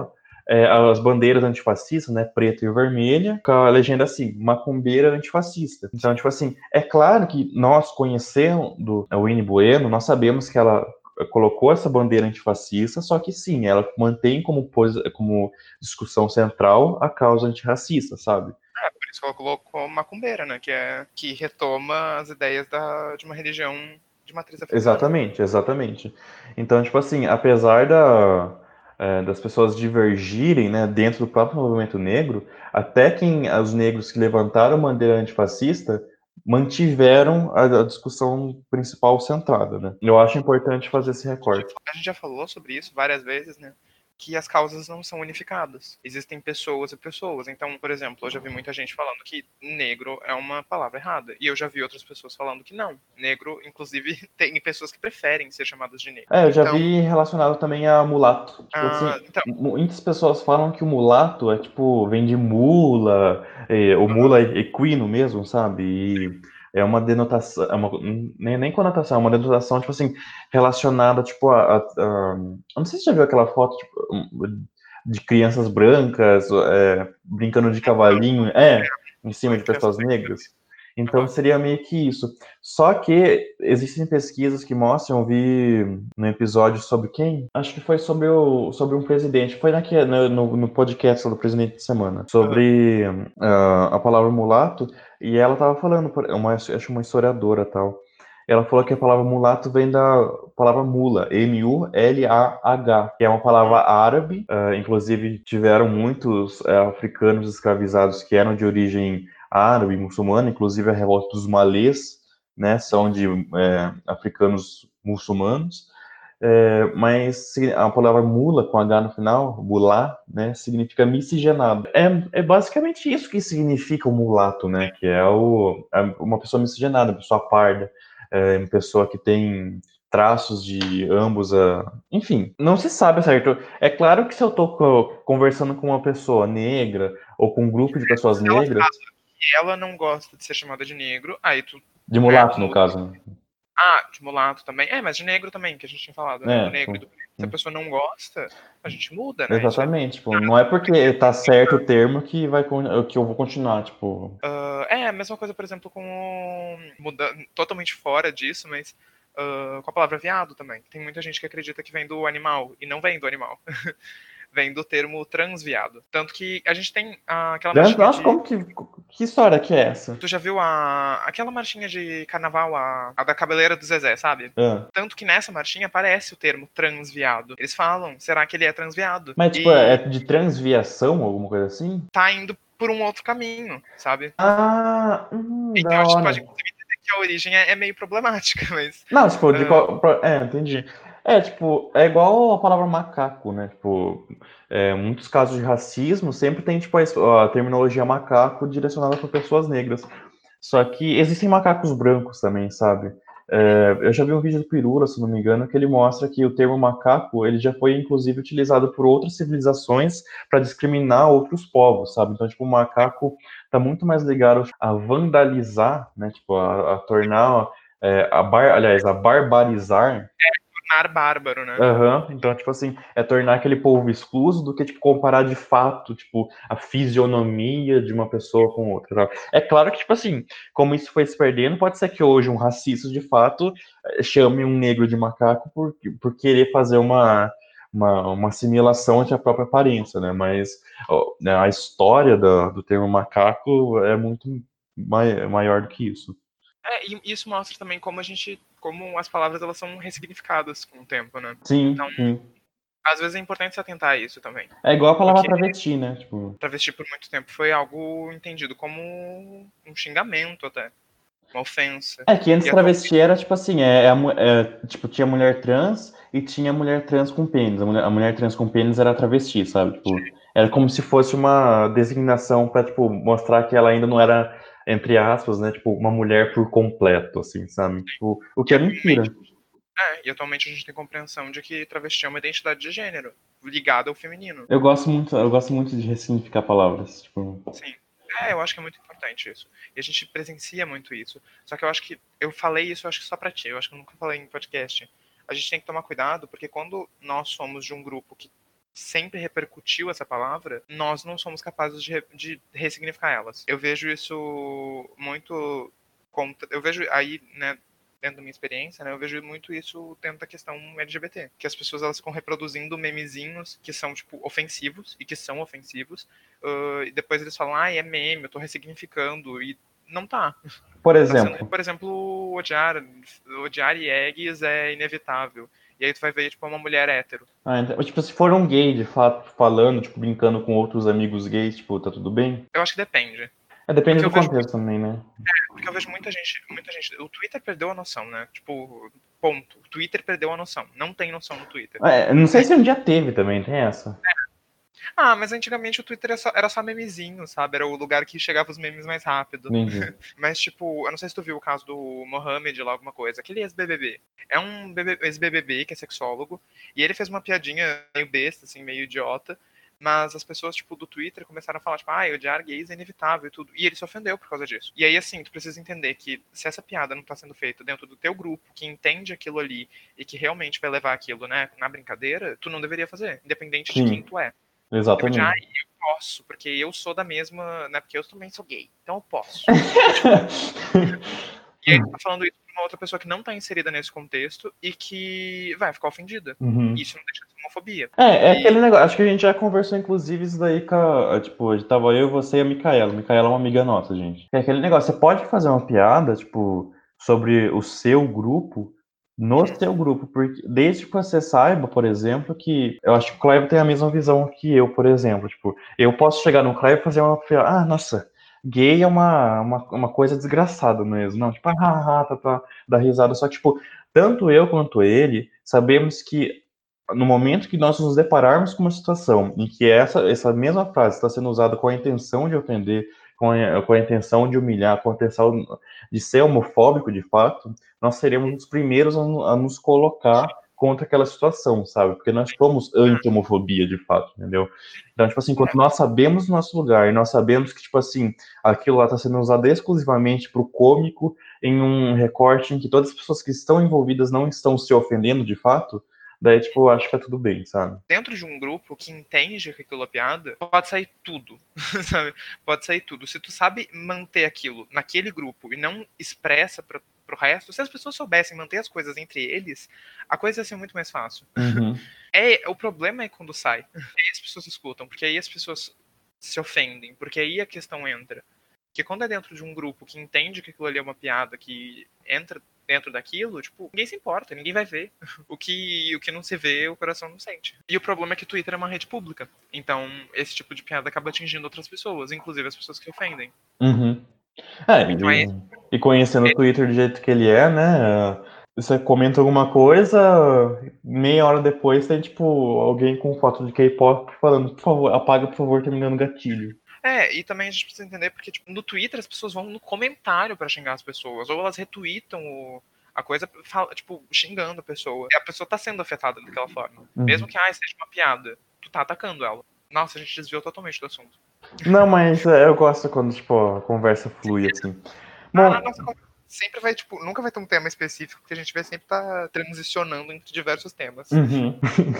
é, as bandeiras antifascistas, né, preta e vermelha, com a legenda assim, macumbeira antifascista. Então, tipo assim, é claro que nós conhecendo a Winnie Bueno, nós sabemos que ela colocou essa bandeira antifascista, só que sim, ela mantém como, como discussão central a causa antirracista, sabe? É, por isso que ela colocou macumbeira, né? Que, é, que retoma as ideias da, de uma religião de matriz africana. Exatamente, exatamente. Então, tipo assim, apesar da, é, das pessoas divergirem, né, dentro do próprio movimento negro, até quem, os negros que levantaram a bandeira antifascista mantiveram a, a discussão principal centrada, né? Eu acho importante fazer esse recorte. A gente já falou sobre isso várias vezes, né? Que as causas não são unificadas. Existem pessoas e pessoas. Então, por exemplo, eu já vi muita gente falando que negro é uma palavra errada. E eu já vi outras pessoas falando que não. Negro, inclusive, tem pessoas que preferem ser chamadas de negro. É, eu já então, vi relacionado também a mulato. Tipo ah, assim, então, muitas pessoas falam que o mulato é tipo, vem de mula, é, o mula é equino mesmo, sabe? E é uma denotação, é uma, nem, nem conotação, é uma denotação, tipo assim, relacionada, tipo, a, a, a- não sei se você já viu aquela foto, tipo, de crianças brancas, é, brincando de cavalinho, é, em cima de pessoas negras. Então seria meio que isso. Só que existem pesquisas que mostram, eu vi no episódio sobre quem? Acho que foi sobre, o, sobre um presidente. Foi naque, no, no, no podcast do presidente de semana. Sobre uh, a palavra mulato. E ela tava falando, uma, acho uma historiadora tal. Ela falou que a palavra mulato vem da palavra mula, M U L A H, que é uma palavra árabe. Uh, inclusive, tiveram muitos uh, africanos escravizados que eram de origem árabe, muçulmana, inclusive a revolta dos malês, né, são de é, africanos muçulmanos, é, mas a palavra mula, com H no final, mulá, né, significa miscigenado. É, é basicamente isso que significa o mulato, né, que é, o, é uma pessoa miscigenada, uma pessoa parda, é, uma pessoa que tem traços de ambos, a... enfim, não se sabe certo. É claro que se eu tô conversando com uma pessoa negra ou com um grupo de pessoas se ela negras, fala que ela não gosta de ser chamada de negro, aí tu, de né, mulato tu no muda. caso, né? Ah, de mulato também. É, mas de negro também, que a gente tinha falado, né? Do É, negro e tipo, do preto. Se a pessoa não gosta, a gente muda, né? A gente, exatamente, tipo, não é porque tá certo o termo que vai con- que eu vou continuar, tipo, uh, é a mesma coisa, por exemplo, com muda, totalmente fora disso, mas uh, com a palavra viado também. Tem muita gente que acredita que vem do animal e não vem do animal. Vem do termo transviado. Tanto que a gente tem ah, aquela marchinha nossa, de. como que que história que é essa? Tu já viu a aquela marchinha de carnaval, a, a da cabeleira do Zezé, sabe? Ah. Tanto que nessa marchinha aparece o termo transviado. Eles falam, será que ele é transviado? Mas tipo, é E de transviação, alguma coisa assim? tá indo por um outro caminho, sabe? Ah, hum, Então da a gente pode hora. inclusive entender que a origem é, é meio problemática, mas. Não, tipo, de Uh, qual. pro- É, entendi. É, tipo, é igual a palavra macaco, né? Tipo, é, muitos casos de racismo sempre tem, tipo, a, es- a terminologia macaco direcionada para pessoas negras. Só que existem macacos brancos também, sabe? É, eu já vi um vídeo do Pirula, se não me engano, que ele mostra que o termo macaco ele já foi inclusive utilizado por outras civilizações para discriminar outros povos, sabe? Então, tipo, o macaco está muito mais ligado a vandalizar, né? Tipo, a, a tornar, é, a bar, aliás, a barbarizar. tornar bárbaro, né? Aham, então, tipo assim, é tornar aquele povo excluso do que, tipo, comparar de fato, tipo, a fisionomia de uma pessoa com outra, tá? É claro que, tipo assim, como isso foi se perdendo, pode ser que hoje um racista, de fato, eh, chame um negro de macaco por, por querer fazer uma, uma, uma assimilação entre a própria aparência, né? Mas ó, né, a história do, do termo macaco é muito mai, maior do que isso. É, e isso mostra também como a gente. Como as palavras elas são ressignificadas com o tempo, né? Sim, Então, sim. às vezes é importante se atentar a isso também. É igual a palavra Porque travesti, né? Tipo, travesti por muito tempo foi algo entendido como um xingamento até, uma ofensa. é que antes E atualmente travesti era tipo assim, é, é a mu- é, tipo, tinha mulher trans e tinha mulher trans com pênis. A mulher, a mulher trans com pênis era travesti, sabe? Tipo, era como se fosse uma designação pra, tipo, mostrar que ela ainda não era, entre aspas, né, tipo, uma mulher por completo, assim, sabe? Tipo, o que e é mentira. atualmente, é, e atualmente a gente tem compreensão de que travesti é uma identidade de gênero ligada ao feminino. Eu gosto muito, eu gosto muito de ressignificar palavras, tipo, Sim. É, eu acho que é muito importante isso. E a gente presencia muito isso. Só que eu acho que eu falei isso, eu acho que só pra ti. Eu acho que eu nunca falei em podcast. A gente tem que tomar cuidado, porque quando nós somos de um grupo que sempre repercutiu essa palavra, nós não somos capazes de, re- de ressignificar elas. Eu vejo isso muito contra, eu vejo aí, né, dentro da minha experiência, né, eu vejo muito isso dentro da questão L G B T, que as pessoas elas ficam reproduzindo memezinhos que são tipo ofensivos e que são ofensivos, uh, e depois eles falam, ah, é meme, eu tô ressignificando e não tá. Por Tá sendo, exemplo, por exemplo, odiar, odiar eggs é inevitável. E aí tu vai ver, tipo, uma mulher hétero. ah, então, tipo, se for um gay de fato falando, tipo, brincando com outros amigos gays, tipo, tá tudo bem? Eu acho que depende. É, depende Porque do eu vejo, contexto também, né? porque eu vejo muita gente, muita gente. O Twitter perdeu a noção, né? Tipo, ponto. O Twitter perdeu a noção. Não tem noção no Twitter. É, não sei se um dia teve também, tem essa. Ah, mas antigamente o Twitter era só, era só memezinho, sabe? Era o lugar que chegava os memes mais rápido. Entendi. Mas, tipo, eu não sei se tu viu o caso do Mohamed lá, alguma coisa. Aquele ex-B B B. É um ex-B B B que é sexólogo. E ele fez uma piadinha meio besta, assim, meio idiota. Mas as pessoas, tipo, do Twitter começaram a falar, tipo, ah, odiar gays é inevitável e tudo. E ele se ofendeu por causa disso. E aí, assim, tu precisa entender que se essa piada não tá sendo feita dentro do teu grupo, que entende aquilo ali e que realmente vai levar aquilo, né, na brincadeira, tu não deveria fazer, independente de quem Sim, tu é. Tipo, de, ah, exatamente. eu posso, porque eu sou da mesma, né, porque eu também sou gay, então eu posso. E aí tu tá falando isso pra uma outra pessoa que não tá inserida nesse contexto e que vai ficar ofendida. Uhum. Isso não deixa de ser homofobia. É, é E aquele negócio. Acho que a gente já conversou, inclusive, isso daí com a, tipo, tava eu, você e a Micaela. A Micaela é uma amiga nossa, gente. É aquele negócio, você pode fazer uma piada, tipo, sobre o seu grupo, no seu grupo, porque desde que você saiba, por exemplo, que eu acho que o Clive tem a mesma visão que eu, por exemplo. Tipo, eu posso chegar no Clive e fazer uma piada, ah, nossa, gay é uma, uma, uma coisa desgraçada mesmo. Não, tipo, ah, ah, ah, tá, tá, dá risada. Só que, tipo, tanto eu quanto ele sabemos que no momento que nós nos depararmos com uma situação em que essa, essa mesma frase está sendo usada com a intenção de ofender, com a, com a intenção de humilhar, com a intenção de ser homofóbico de fato, nós seremos os primeiros a, a nos colocar contra aquela situação, sabe? Porque nós somos anti-homofobia de fato, entendeu? Então, tipo assim, quando nós sabemos o nosso lugar e nós sabemos que, tipo assim, aquilo lá está sendo usado exclusivamente para o cômico, em um recorte em que todas as pessoas que estão envolvidas não estão se ofendendo de fato, daí, tipo, eu acho que é tudo bem, sabe? dentro de um grupo que entende que aquilo é piada, pode sair tudo, sabe? Pode sair tudo. Se tu sabe manter aquilo naquele grupo e não expressa pra, pro resto, se as pessoas soubessem manter as coisas entre eles, a coisa ia ser muito mais fácil. Uhum. É, o problema é quando sai. Aí as pessoas escutam, porque aí as pessoas se ofendem, porque aí a questão entra. Porque quando é dentro de um grupo que entende que aquilo ali é uma piada, que entra dentro daquilo, tipo, ninguém se importa, ninguém vai ver. O que, o que não se vê, o coração não sente. E o problema é que o Twitter é uma rede pública. Então, esse tipo de piada acaba atingindo outras pessoas, inclusive as pessoas que ofendem. Uhum. É, Então é, e, e conhecendo é o Twitter do jeito que ele é, né? Você comenta alguma coisa, meia hora depois tem, tipo, alguém com foto de K-pop falando, por favor, apaga, por favor, terminando gatilho. É, e também a gente precisa entender porque, tipo, no Twitter as pessoas vão no comentário pra xingar as pessoas, ou elas retweetam o, a coisa, fala, tipo, xingando a pessoa. E a pessoa tá sendo afetada daquela forma. Mesmo Uhum. que, ah, seja uma piada, tu tá atacando ela. Nossa, a gente desviou totalmente do assunto. Não, mas é, eu gosto quando, tipo, a conversa flui, assim. A, a Bom, nossa conversa sempre vai, tipo, nunca vai ter um tema específico, porque a gente vai sempre estar tá transicionando entre diversos temas. uhum.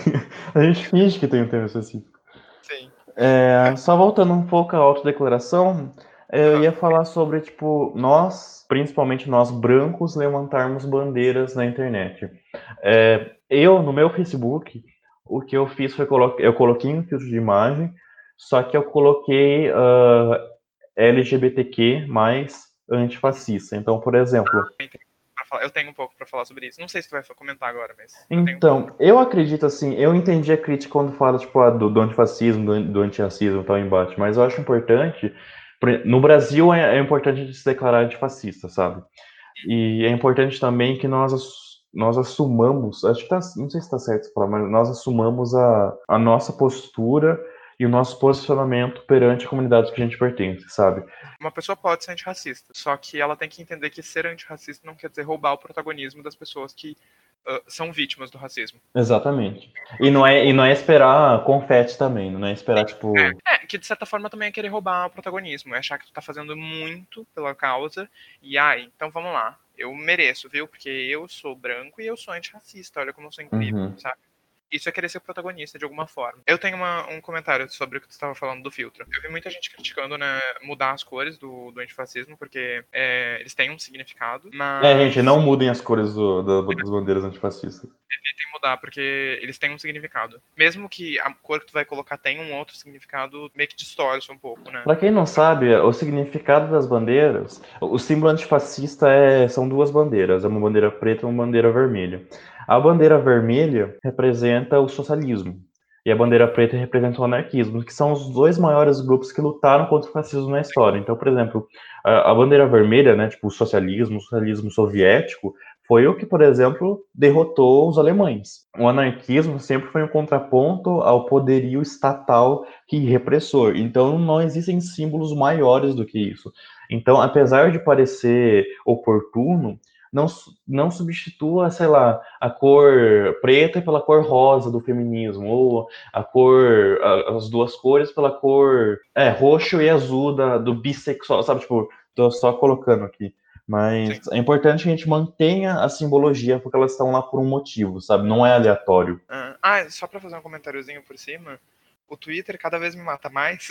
A gente finge que tem um tema específico. Sim. É, só voltando um pouco à autodeclaração, eu Uhum. ia falar sobre, tipo, nós, principalmente nós brancos, levantarmos bandeiras na internet. É, eu, no meu Facebook, o que eu fiz foi, colo eu coloquei um filtro de imagem, só que eu coloquei uh, L G B T Q mais antifascista. Então, por exemplo, Eu tenho um pouco pra falar sobre isso. Não sei se tu vai comentar agora, mas eu tenho um pouco. então, eu acredito assim, eu entendi a crítica quando fala, tipo, ah, do, do antifascismo, do, do antirracismo e tal, embate, mas eu acho importante, no Brasil é, é importante a gente se declarar antifascista, sabe? E é importante também que nós, nós assumamos, acho que tá, não sei se está certo falar, mas nós assumamos a, a nossa postura e o nosso posicionamento perante a comunidade que a gente pertence, sabe? Uma pessoa pode ser antirracista, só que ela tem que entender que ser antirracista não quer dizer roubar o protagonismo das pessoas que uh, são vítimas do racismo. Exatamente. E não é, e não é esperar confete também, não é esperar, tipo. É, que de certa forma também é querer roubar o protagonismo, é achar que tu tá fazendo muito pela causa, e ai, então vamos lá, eu mereço, viu? Porque eu sou branco e eu sou antirracista, olha como eu sou incrível, Uhum. sabe? Isso é querer ser protagonista de alguma forma. Eu tenho uma, um comentário sobre o que tu estava falando do filtro. Eu vi muita gente criticando, né, mudar as cores do, do antifascismo, porque é, eles têm um significado, É, gente, mas não mudem as cores do- da- das bandeiras antifascistas. evitem mudar, porque eles têm um significado. Mesmo que a cor que tu vai colocar tenha um outro significado, meio que distorce um pouco, né? Pra quem não sabe, o significado das bandeiras, o símbolo antifascista é, são duas bandeiras, é uma bandeira preta e uma bandeira vermelha. A bandeira vermelha representa o socialismo e a bandeira preta representa o anarquismo, que são os dois maiores grupos que lutaram contra o fascismo na história. Então, por exemplo, a, a bandeira vermelha, né, tipo o socialismo, o socialismo soviético, foi o que, por exemplo, derrotou os alemães. O anarquismo sempre foi um contraponto ao poderio estatal que repressor. Então não existem símbolos maiores do que isso. Então, apesar de parecer oportuno, não, não substitua, sei lá, a cor preta pela cor rosa do feminismo, ou a cor, a, as duas cores pela cor é, roxo e azul da, do bissexual, sabe? Tipo, tô só colocando aqui. Mas Sim. é importante que a gente mantenha a simbologia, porque elas estão lá por um motivo, sabe? Não é aleatório. Ah, ah, só pra fazer um comentáriozinho por cima, o Twitter cada vez me mata mais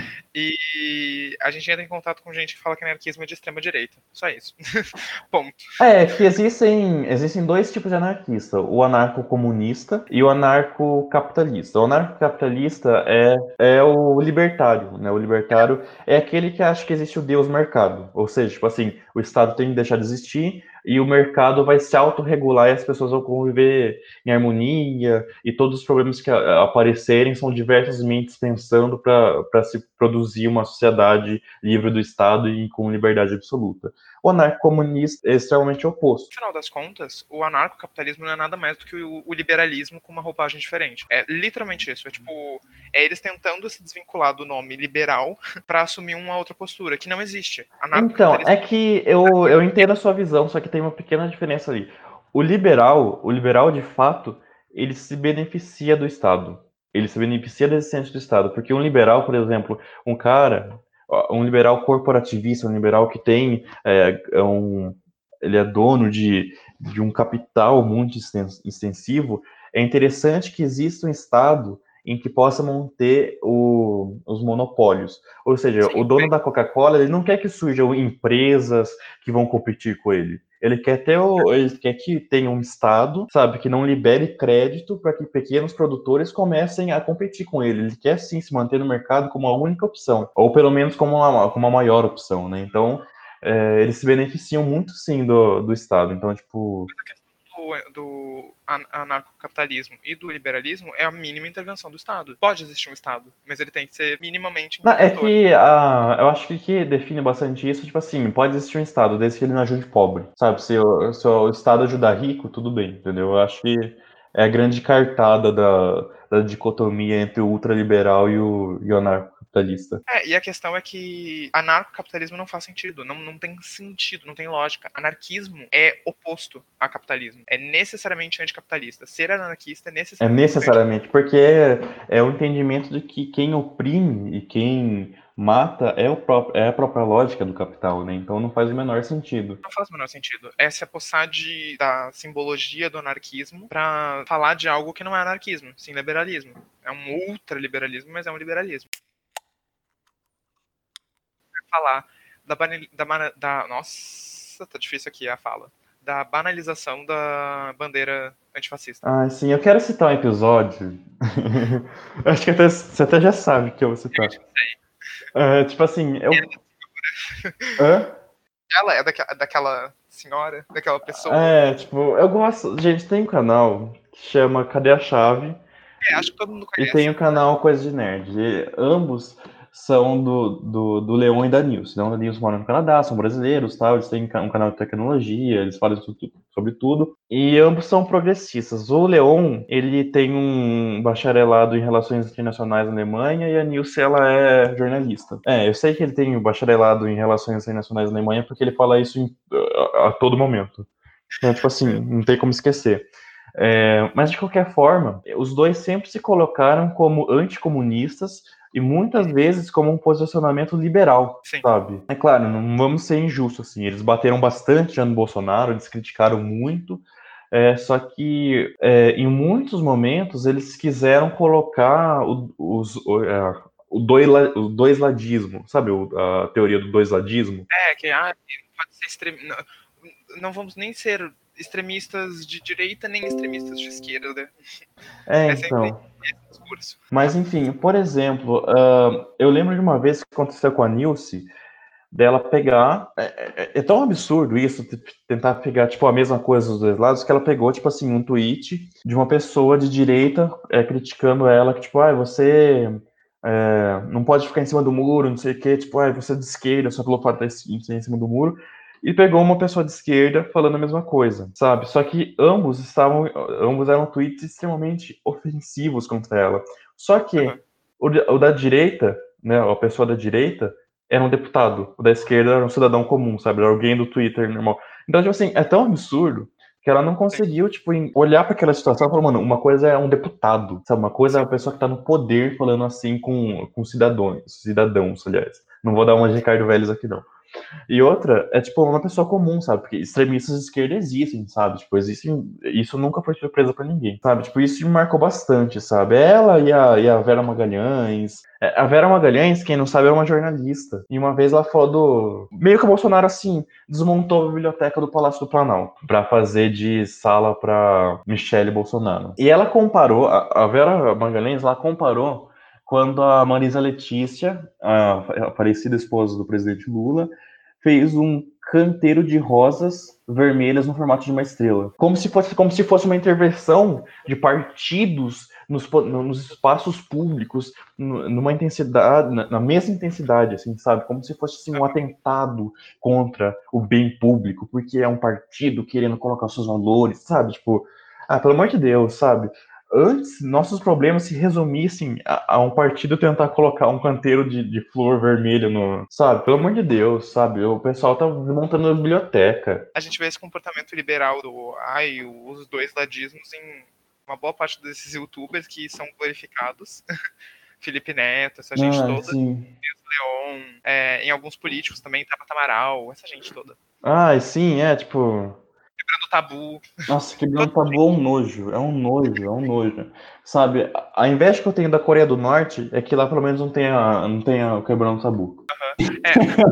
e a gente entra em contato com gente que fala que anarquismo é de extrema direita. Só isso. Ponto. É, que existem, existem dois tipos de anarquista, o anarcocomunista e o anarcocapitalista. O anarcocapitalista é, é o libertário, né? O libertário é aquele que acha que existe o Deus mercado. Ou seja, tipo assim, o Estado tem que deixar de existir e o mercado vai se autorregular e as pessoas vão conviver em harmonia e todos os problemas que a- aparecerem são diversas mentes pensando para se produzir uma sociedade livre do Estado e com liberdade absoluta. O anarcocomunista é extremamente oposto. No final das contas, o anarcocapitalismo não é nada mais do que o, o liberalismo com uma roupagem diferente. É literalmente isso. É tipo, é eles tentando se desvincular do nome liberal pra assumir uma outra postura, que não existe. Então, Anarcocapitalismo é que eu, eu entendo a sua visão, só que tem uma pequena diferença ali. O liberal, o liberal de fato, ele se beneficia do Estado. Ele se beneficia da existência do Estado, porque um liberal, por exemplo, um cara, ó, um liberal corporativista, um liberal que tem, é, é um, ele é dono de, de um capital muito extens- extensivo, é interessante que exista um Estado em que possa manter o- os monopólios. Ou seja, o sim, dono da Coca-Cola, ele não quer que surjam empresas que vão competir com ele. Ele quer ter o, ele quer que tenha um Estado, sabe, que não libere crédito para que pequenos produtores comecem a competir com ele. Ele quer sim se manter no mercado como a única opção, ou pelo menos como a, como a maior opção, né? Então, é, eles se beneficiam muito sim do, do Estado. Então, tipo, do, do an- anarcocapitalismo e do liberalismo é a mínima intervenção do Estado. Pode existir um Estado, mas ele tem que ser minimamente não, é interventor. que a, eu acho que o que define bastante isso, tipo assim, pode existir um Estado, desde que ele não ajude pobre, sabe? Se o, se o Estado ajudar rico, tudo bem, entendeu? Eu acho que é a grande cartada da, da dicotomia entre o ultraliberal e o, e o anarcocapitalista. É, e a questão é que anarcocapitalismo não faz sentido, não, não tem sentido, não tem lógica. Anarquismo é oposto a capitalismo, é necessariamente anticapitalista. Ser anarquista é É necessariamente anticapitalista. necessariamente, porque é, é o entendimento de que quem oprime e quem mata é, o próprio, é a própria lógica do capital, né? Então não faz o menor sentido. Não faz o menor sentido. É se apossar de, da simbologia do anarquismo pra falar de algo que não é anarquismo, sim liberalismo. É um ultraliberalismo, mas é um liberalismo. Falar da, banali- da, bana- da. Nossa, tá difícil aqui a fala. Da banalização da bandeira antifascista. Ah, sim, eu quero citar um episódio. Acho que até, você até já sabe que eu vou citar. É, tipo assim, eu. Hã? Ela é daquela, daquela senhora, daquela pessoa. É, tipo, eu gosto. Gente, tem um canal que chama Cadê a Chave? É, acho que todo mundo E tem conhece. o canal Coisa de Nerd. E ambos são do, do, do Leon e da Nilce. Leon e da Nilce moram no Canadá, são brasileiros, tal. Eles têm um canal de tecnologia, eles falam sobre, sobre tudo. E ambos são progressistas. O Leon, ele tem um bacharelado em Relações Internacionais na Alemanha e a Nilce, ela é jornalista. É, eu sei que ele tem o bacharelado em Relações Internacionais na Alemanha porque ele fala isso em, a, a todo momento. Então, tipo assim, não tem como esquecer. É, mas de qualquer forma, os dois sempre se colocaram como anticomunistas e muitas vezes como um posicionamento liberal, Sim. sabe? É claro, não vamos ser injustos assim. Eles bateram bastante já no Bolsonaro, eles criticaram muito, É, só que é, em muitos momentos eles quiseram colocar o, os, o, é, o, doila, o doisladismo, sabe o, a teoria do doisladismo? É, que ah, pode ser extremista. Não, não vamos nem ser extremistas de direita nem extremistas de esquerda. É, É sempre então. esse discurso. Mas enfim, por exemplo, uh, eu lembro de uma vez que aconteceu com a Nilce, dela pegar. É, é, é tão absurdo isso, tentar pegar tipo, a mesma coisa dos dois lados, que ela pegou, tipo assim, um tweet de uma pessoa de direita é, criticando ela, que, tipo, ah, você é, não pode ficar em cima do muro, não sei o quê, tipo, ah, você é de esquerda, só pelo fato de estar em cima do muro. E pegou uma pessoa de esquerda falando a mesma coisa, sabe? Só que ambos estavam, ambos eram tweets extremamente ofensivos contra ela. Só que Uhum. o, o da direita, né, a pessoa da direita, era um deputado, o da esquerda era um cidadão comum, sabe? Era alguém do Twitter normal. Então, tipo assim, é tão absurdo que ela não Sim, conseguiu, tipo, olhar para aquela situação e falar, mano, uma coisa é um deputado, sabe? Uma coisa é sim. uma pessoa que tá no poder falando assim com, com cidadãos, cidadãos, aliás. Não vou dar uma de Ricardo Vélez aqui, não. E outra é, tipo, uma pessoa comum, sabe? Porque extremistas de esquerda existem, sabe? Tipo, existem. Isso nunca foi surpresa pra ninguém, sabe? Tipo, isso me marcou bastante, sabe? Ela e a, e a Vera Magalhães. É, a Vera Magalhães, quem não sabe, é uma jornalista. E uma vez ela falou do. Meio que o Bolsonaro, assim, desmontou a biblioteca do Palácio do Planalto pra fazer de sala pra Michele Bolsonaro. E ela comparou, a, a Vera Magalhães, ela comparou quando a Marisa Letícia, a falecida esposa do presidente Lula, fez um canteiro de rosas vermelhas no formato de uma estrela. Como se fosse, como se fosse uma intervenção de partidos nos, nos espaços públicos, numa intensidade, na mesma intensidade, assim, sabe? Como se fosse assim, um atentado contra o bem público, porque é um partido querendo colocar seus valores, sabe? Tipo, ah, pelo amor de Deus, sabe? Antes, nossos problemas se resumissem a, a um partido tentar colocar um canteiro de, de flor vermelha no. Sabe? Pelo amor de Deus, sabe? O pessoal tá montando a biblioteca. A gente vê esse comportamento liberal do ai, os dois ladismos em uma boa parte desses youtubers que são glorificados. Felipe Neto, essa gente Ah, toda. sim. Leon, é, em alguns políticos também, Tabata Amaral, essa gente toda. Ah, sim, é, tipo. Quebrando tabu. Nossa, quebrando Todo... tabu é um nojo, é um nojo, é um nojo. Sabe, a, a inveja que eu tenho da Coreia do Norte é que lá pelo menos não tem a, não tem a quebrando tabu. É,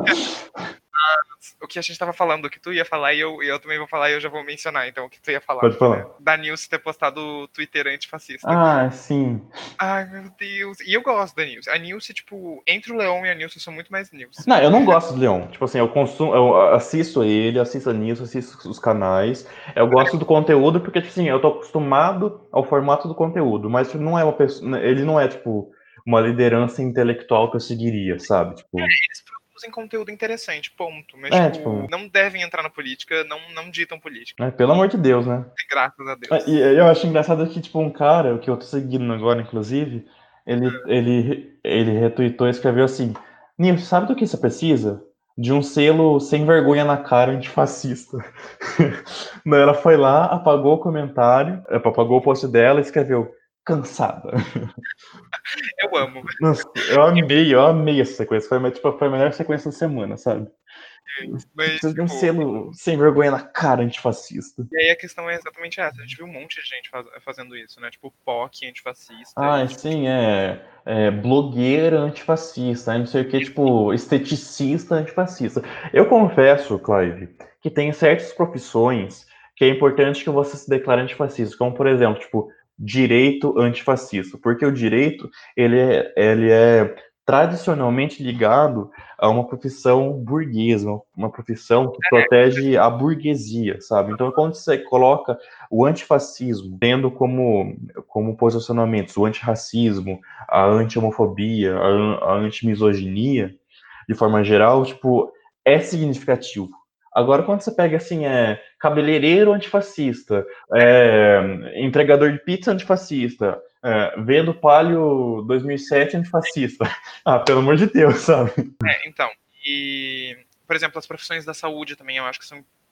o que a gente tava falando, o que tu ia falar e eu, eu também vou falar e eu já vou mencionar, então, o que tu ia falar. Pode falar. Né? Da Nilce ter postado o Twitter antifascista. Ah, sim. Ai, meu Deus. E eu gosto da Nilce. A Nilce, tipo, entre o Leon e a Nilce, eu sou muito mais Nilce. Não, eu não gosto do Leon. Tipo assim, eu consumo, eu assisto ele, assisto a Nilce, assisto os canais. Eu gosto do conteúdo porque, tipo assim, eu tô acostumado ao formato do conteúdo, mas tipo, não é uma pessoa, ele não é, tipo, uma liderança intelectual que eu seguiria, sabe? Tipo, É, eles produzem conteúdo interessante, ponto. Mas, é, tipo, tipo, não devem entrar na política, não, não ditam política. é, pelo amor de Deus, né? Graças a Deus. E eu acho engraçado que, tipo, um cara, que eu tô seguindo agora, inclusive, ele, ele, ele retweetou e escreveu assim: Nil, sabe do que você precisa? De um selo sem vergonha na cara antifascista. Daí ela foi lá, apagou o comentário, apagou o post dela e escreveu: cansada. Eu amo. Nossa, eu amei, eu amei essa sequência. Foi, tipo, foi a melhor sequência da semana, sabe? Você Mas, precisa de um tipo, selo sem vergonha na cara antifascista. e aí a questão é exatamente essa. A gente viu um monte de gente faz, fazendo isso, né? Tipo, P O C antifascista Ah, e, tipo, sim, é, é blogueira antifascista, aí não sei o que, tipo, esteticista antifascista. Eu confesso, Clive, que tem certas profissões que é importante que você se declare antifascista, como, por exemplo, tipo, direito antifascista, porque o direito, ele é, ele é tradicionalmente ligado a uma profissão burguesa, uma profissão que protege a burguesia, sabe? Então, quando você coloca o antifascismo tendo como como posicionamentos, o antirracismo, a anti-homofobia, a, a anti-misoginia, de forma geral, tipo, é significativo. Agora, quando você pega, assim, é cabeleireiro antifascista, é, entregador de pizza antifascista, é, vendo Palio dois mil e sete antifascista. Ah, pelo amor de Deus, sabe? é, então, e, por exemplo, as profissões da saúde também eu acho que são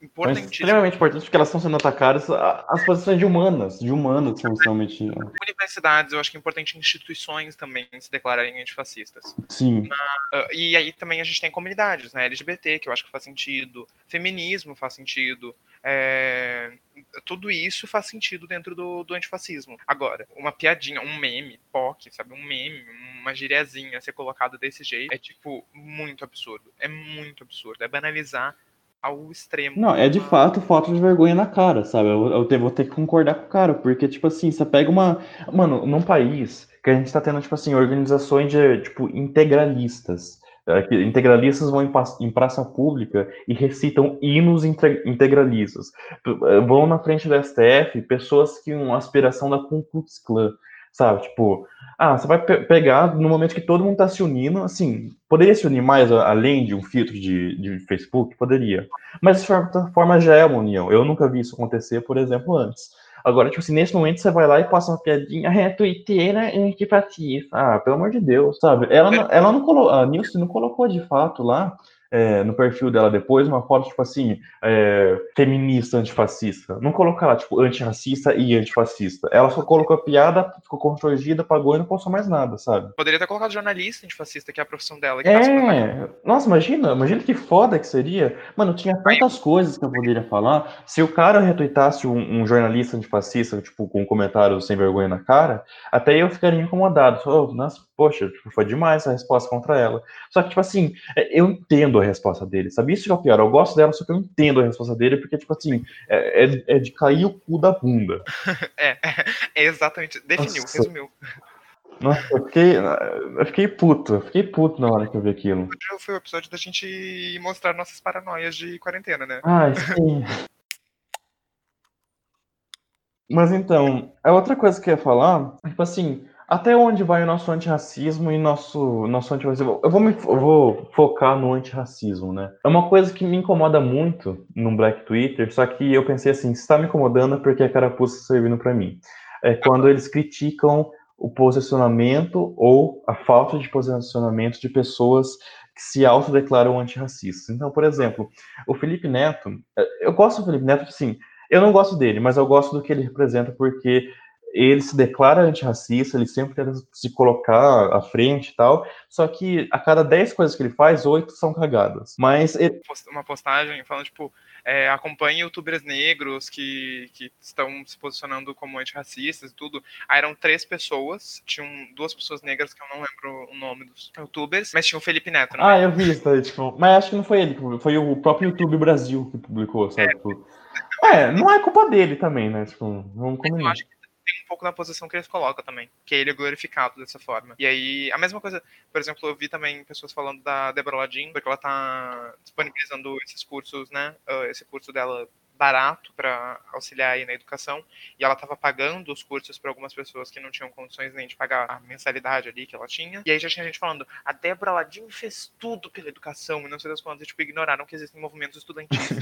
São importantíssimo. extremamente importantes porque elas estão sendo atacadas. a- As posições de humanas, de humanas são extremamente. Universidades, eu acho que é importante instituições também se declararem antifascistas. Sim. Uh, e aí também a gente tem comunidades, né? L G B T, que eu acho que faz sentido, feminismo faz sentido, é... tudo isso faz sentido dentro do, do antifascismo. Agora, uma piadinha, um meme, P O C, sabe? Um meme, uma gíriazinha ser colocado desse jeito, é tipo muito absurdo. É muito absurdo. É banalizar ao extremo. Não, é de fato falta de vergonha na cara, sabe? Eu, eu te- vou ter que concordar com o cara, porque, tipo assim, você pega uma. Mano, num país que a gente tá tendo, tipo assim, organizações de, tipo, integralistas. É, que integralistas vão em, pa- em praça pública e recitam hinos inte- integralistas. P- eh, Vão na frente do S T F pessoas que uma aspiração da Ku Klux Klan, sabe? Tipo, ah, você vai pe- pegar no momento que todo mundo tá se unindo, assim, poderia se unir mais a- além de um filtro de, de Facebook? Poderia. Mas de certa forma já é uma união. Eu nunca vi isso acontecer, por exemplo, antes. Agora, tipo assim, nesse momento você vai lá e passa uma piadinha, ah, é tuiteira antipatista. Ah, pelo amor de Deus, sabe? Ela, não- ela não colocou, a Nilce não colocou de fato lá, é, no perfil dela depois, uma foto, tipo assim, é, feminista antifascista. Não colocou lá, tipo, antirracista e antifascista. Ela só colocou a piada, ficou constrangida, pagou e não postou mais nada, sabe? Poderia ter colocado jornalista antifascista, que é a profissão dela, que tá super bacana. É, nossa, imagina, imagina que foda que seria. Mano, tinha tantas coisas que eu poderia falar. Se o cara retuitasse um, um jornalista antifascista, tipo, com um comentário sem vergonha na cara, até eu ficaria incomodado. Oh, nossa, poxa, tipo, foi demais a resposta contra ela. Só que, tipo assim, é, eu entendo a resposta dele, sabe? Isso que é o pior, eu gosto dela, só que eu entendo a resposta dele, porque, tipo assim, é, é, é de cair o cu da bunda. É, é exatamente. Definiu, Nossa, resumiu. nossa, eu fiquei, eu fiquei puto, eu fiquei puto na hora que eu vi aquilo. Hoje foi o episódio da gente mostrar nossas paranoias de quarentena, né? Ai, sim. Mas então, a outra coisa que eu ia falar, tipo assim, até onde vai o nosso antirracismo e nosso, nosso antirracismo? Eu vou, me, eu vou focar no antirracismo, né? É uma coisa que me incomoda muito no Black Twitter, só que eu pensei assim, se está me incomodando é porque a carapuça está servindo para mim. É quando eles criticam o posicionamento ou a falta de posicionamento de pessoas que se autodeclaram antirracistas. Então, por exemplo, o Felipe Neto, eu gosto do Felipe Neto, assim, eu não gosto dele, mas eu gosto do que ele representa porque ele se declara antirracista, ele sempre tenta se colocar à frente e tal, só que a cada dez coisas que ele faz, oito são cagadas. Mas ele... Uma postagem falando, tipo, é, acompanhe youtubers negros que, que estão se posicionando como antirracistas e tudo. Aí eram três pessoas, tinham duas pessoas negras que eu não lembro o nome dos youtubers, mas tinha o Felipe Neto, Ah, eu vi isso daí, tipo, mas acho que não foi ele que publicou, foi o próprio YouTube Brasil que publicou, sabe? Tipo, é, não é culpa dele também, né? Tipo, vamos Eu combinar. acho que tem um pouco na posição que eles colocam também, que ele é glorificado dessa forma. E aí, a mesma coisa, por exemplo, eu vi também pessoas falando da Deborah Ladin, porque ela tá disponibilizando esses cursos, né, uh, esse curso dela barato para auxiliar aí na educação, e ela estava pagando os cursos para algumas pessoas que não tinham condições nem de pagar a mensalidade ali que ela tinha, e aí já tinha gente falando, a Deborah Ladin fez tudo pela educação, e não sei das quantas, e, tipo, ignoraram que existem movimentos estudantis.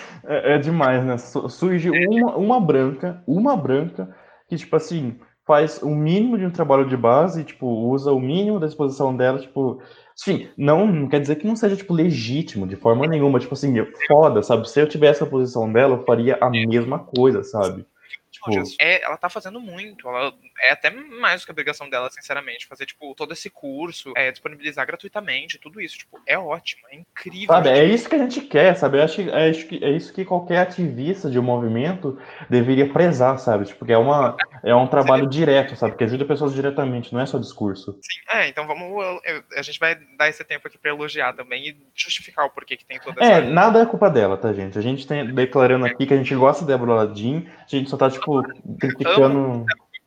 É, é demais, né? Su- Surge uma, uma branca, uma branca, que, tipo assim, faz o mínimo de um trabalho de base, tipo, usa o mínimo da exposição dela, tipo. Enfim, não, não quer dizer que não seja, tipo, legítimo, de forma nenhuma. Tipo assim, foda, sabe? Se eu tivesse a posição dela, eu faria a mesma coisa, sabe? Tipo. É, ela tá fazendo muito. Ela é até mais do que a obrigação dela, sinceramente. Fazer, tipo, todo esse curso, é, disponibilizar gratuitamente, tudo isso, tipo, é ótimo, é incrível. Sabe, Gente. é isso que a gente quer, sabe? Eu acho, que- é, acho que é isso que qualquer ativista de um movimento deveria prezar, sabe? Tipo, que é, uma, é um trabalho direto, sabe? Que ajuda pessoas diretamente, não é só discurso. Sim, é, então vamos. eu- a gente vai dar esse tempo aqui pra elogiar também e justificar o porquê que tem toda essa. É, nada é culpa dela, tá, gente? A gente tem declarando aqui que a gente gosta da Débora Ladin, a gente só tá, tipo, Amo criticando.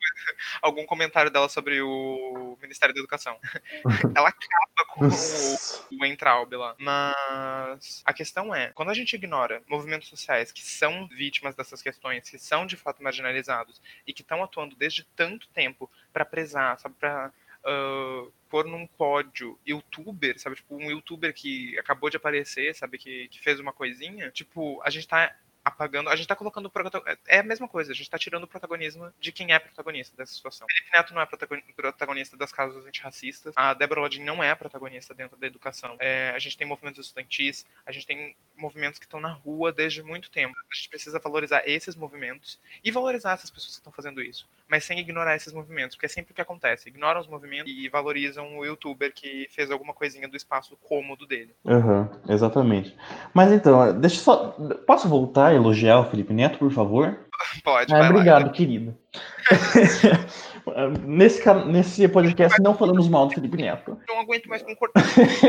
algum comentário dela sobre o Ministério da Educação. Ela acaba com o, o Entraub lá. Mas a questão é, quando a gente ignora movimentos sociais que são vítimas dessas questões, que são de fato marginalizados e que estão atuando desde tanto tempo pra prezar, sabe, pra uh, pôr num pódio youtuber, sabe, tipo, um youtuber que acabou de aparecer, sabe, que, que fez uma coisinha, tipo, a gente tá apagando, a gente tá colocando o protagonismo, é a mesma coisa, a gente tá tirando o protagonismo de quem é protagonista dessa situação. Felipe Neto não é protagonista das causas antirracistas, a Débora Lodin não é protagonista dentro da educação. É, a gente tem movimentos estudantis, a gente tem movimentos que estão na rua desde muito tempo. A gente precisa valorizar esses movimentos e valorizar essas pessoas que estão fazendo isso, mas sem ignorar esses movimentos, porque é sempre o que acontece, ignoram os movimentos e valorizam o youtuber que fez alguma coisinha do espaço cômodo dele. Uhum, exatamente. Mas então, deixa eu só. Posso voltar a elogiar o Felipe Neto, por favor? Pode, Ah, vai obrigado, lá. querido. nesse, nesse podcast não falamos mal do Felipe Neto. Não aguento mais concordar.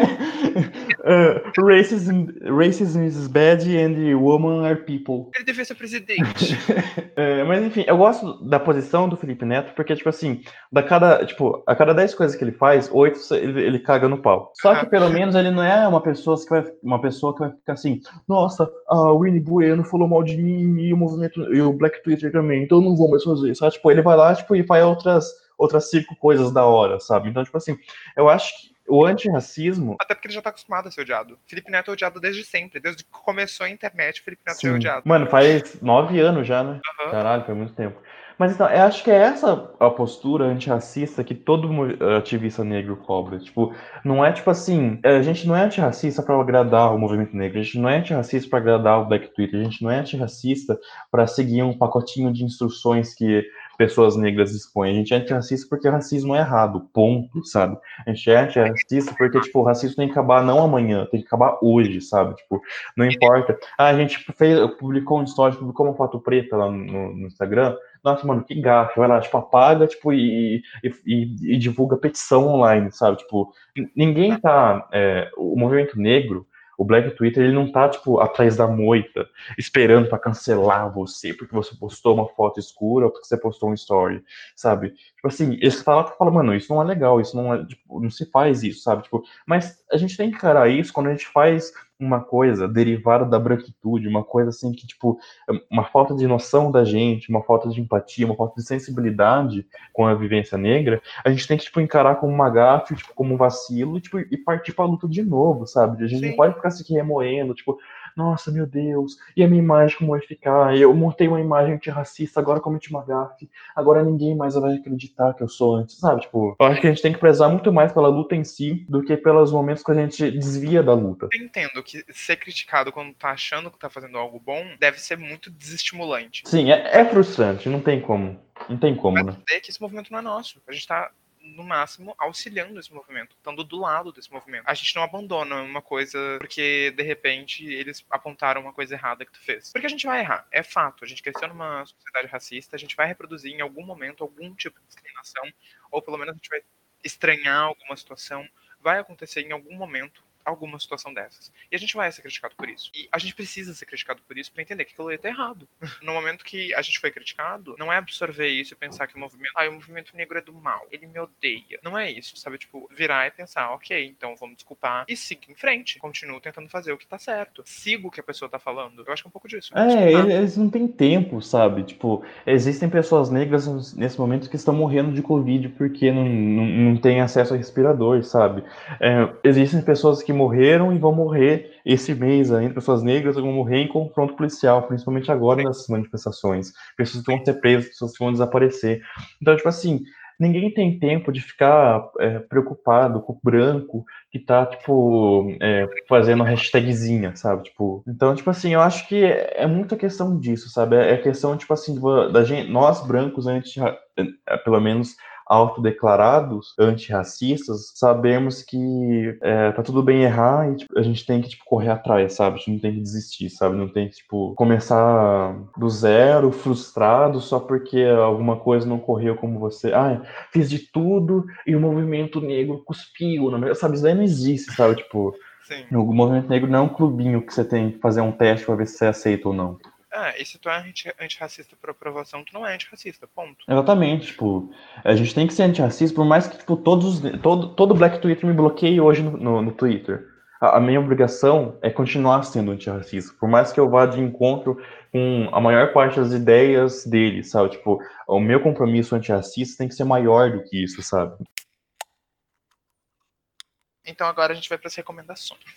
uh, racism, racism is bad and women are people. Ele devia ser presidente. é, mas enfim, eu gosto da posição do Felipe Neto, porque, tipo assim, da cada, tipo, a cada dez coisas que ele faz, oito ele, ele caga no pau. Só que pelo menos ele não é uma pessoa que vai, uma pessoa que vai ficar assim, nossa, a Winnie Bueno falou mal de mim e o movimento, e o Black Twitter também, então eu não vou mais fazer isso. Tipo, ele vai lá, tipo, e faz outras, outras cinco coisas da hora, sabe? Então, tipo assim, eu acho que o antirracismo... Até porque ele já tá acostumado a ser odiado. Felipe Neto é odiado desde sempre. Desde que começou a internet, Felipe Neto Sim. já é odiado. Mano, faz nove anos já, né? Uhum. Caralho, foi muito tempo. Mas então, eu acho que é essa a postura antirracista que todo ativista negro cobra. Tipo, não é tipo assim, a gente não é antirracista pra agradar o movimento negro, a gente não é antirracista pra agradar o Black Twitter, a gente não é antirracista pra seguir um pacotinho de instruções que pessoas negras expõem. A gente é antirracista porque o racismo é errado, ponto, sabe? A gente é antirracista porque, tipo, o racismo tem que acabar não amanhã, tem que acabar hoje, sabe? Tipo, não importa. Ah, a gente fez, publicou um story, publicou uma foto preta lá no, no Instagram. Nossa, mano, que gafe. Vai lá, tipo, apaga, tipo, e, e, e, e divulga petição online, sabe? Tipo, ninguém tá... É, o movimento negro, o Black Twitter, ele não tá, tipo, atrás da moita, esperando pra cancelar você, porque você postou uma foto escura ou porque você postou um story, sabe? Tipo assim, eles falam, falam, mano, isso não é legal, isso não é, tipo, não se faz isso, sabe? Tipo, mas a gente tem que encarar isso quando a gente faz uma coisa derivada da branquitude, uma coisa assim que, tipo, uma falta de noção da gente, uma falta de empatia, uma falta de sensibilidade com a vivência negra, a gente tem que, tipo, encarar como uma gafe, tipo, como um vacilo, tipo, e partir pra luta de novo, sabe? A gente Sim. não pode ficar se remoendo, tipo, nossa, meu Deus, e a minha imagem como vai ficar? Eu montei uma imagem antirracista, agora cometi uma gafe, agora ninguém mais vai acreditar que eu sou antes, sabe? Tipo, eu acho que a gente tem que prezar muito mais pela luta em si do que pelos momentos que a gente desvia da luta. Eu entendo que ser criticado quando tá achando que tá fazendo algo bom deve ser muito desestimulante. Sim, é, é frustrante, não tem como. Não tem como, Mas né? entender que esse movimento não é nosso. A gente tá, no máximo, auxiliando esse movimento, estando do lado desse movimento. A gente não abandona uma coisa porque, de repente, eles apontaram uma coisa errada que tu fez. Porque a gente vai errar, é fato. A gente cresceu numa sociedade racista, a gente vai reproduzir em algum momento algum tipo de discriminação, ou pelo menos a gente vai estranhar alguma situação. Vai acontecer em algum momento alguma situação dessas. E a gente vai ser criticado por isso. E a gente precisa ser criticado por isso pra entender que aquilo ali tá errado. No momento que a gente foi criticado, não é absorver isso e pensar que o movimento, ah, o movimento negro é do mal, ele me odeia. Não é isso, sabe? Tipo, virar e pensar, ok, então vamos desculpar e seguir em frente. Continuo tentando fazer o que tá certo. Sigo o que a pessoa tá falando. Eu acho que é um pouco disso. É, eles não têm tempo, sabe? Tipo, existem pessoas negras nesse momento que estão morrendo de Covid porque não, não, não têm acesso a respirador, sabe? É, existem pessoas que morreram e vão morrer esse mês ainda, pessoas negras vão morrer em confronto policial, principalmente agora nessas manifestações. Pessoas que vão ser presas, pessoas que vão desaparecer. Então, tipo assim, ninguém tem tempo de ficar é, preocupado com o branco que tá, tipo, é, fazendo hashtagzinha, sabe? Tipo, então, tipo assim, eu acho que é, é muita questão disso, sabe? É questão, tipo assim, da gente, nós brancos, anti, pelo menos autodeclarados antirracistas, sabemos que é, tá tudo bem errar e tipo, a gente tem que tipo, correr atrás, sabe? A gente não tem que desistir, sabe? Não tem que tipo, começar do zero, frustrado, só porque alguma coisa não correu como você. Ah, fiz de tudo e o movimento negro cuspiu, não, sabe? Isso daí não existe, sabe? Tipo, Sim. O movimento negro não é um clubinho que você tem que fazer um teste pra ver se você aceita ou não. Ah, e se tu é anti- antirracista por aprovação, tu não é antirracista, ponto. Exatamente, tipo, a gente tem que ser antirracista, por mais que, tipo, todos os, todo, todo Black Twitter me bloqueie hoje no, no, no Twitter. A, a minha obrigação é continuar sendo antirracista, por mais que eu vá de encontro com a maior parte das ideias dele, sabe? Tipo, o meu compromisso antirracista tem que ser maior do que isso, sabe? Então agora a gente vai para as recomendações.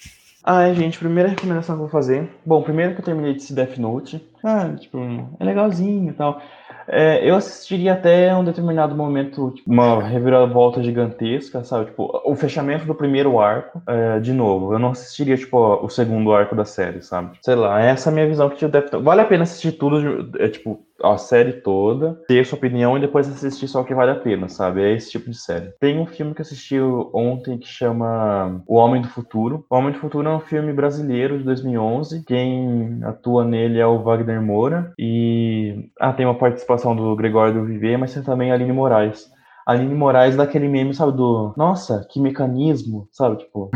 Ai, gente, primeira recomendação que eu vou fazer. Bom, primeiro que eu terminei de esse Death Note. Ah, tipo, é legalzinho e tal. É, eu assistiria até um determinado momento, tipo, uma reviravolta gigantesca, sabe? Tipo, o fechamento do primeiro arco, é, de novo. Eu não assistiria, tipo, o segundo arco da série, sabe? Sei lá, essa é a minha visão que tinha o Death Note. Vale a pena assistir tudo, é, tipo, a série toda, ter sua opinião e depois assistir só o que vale a pena, sabe? É esse tipo de série. Tem um filme que eu assisti ontem que chama O Homem do Futuro. O Homem do Futuro é um filme brasileiro de dois mil e onze. Quem atua nele é o Wagner Moura. E ah, tem uma participação do Gregório do Vivier, mas tem também a Aline Moraes. A Aline Moraes daquele meme, sabe, do nossa, que mecanismo, sabe? Tipo.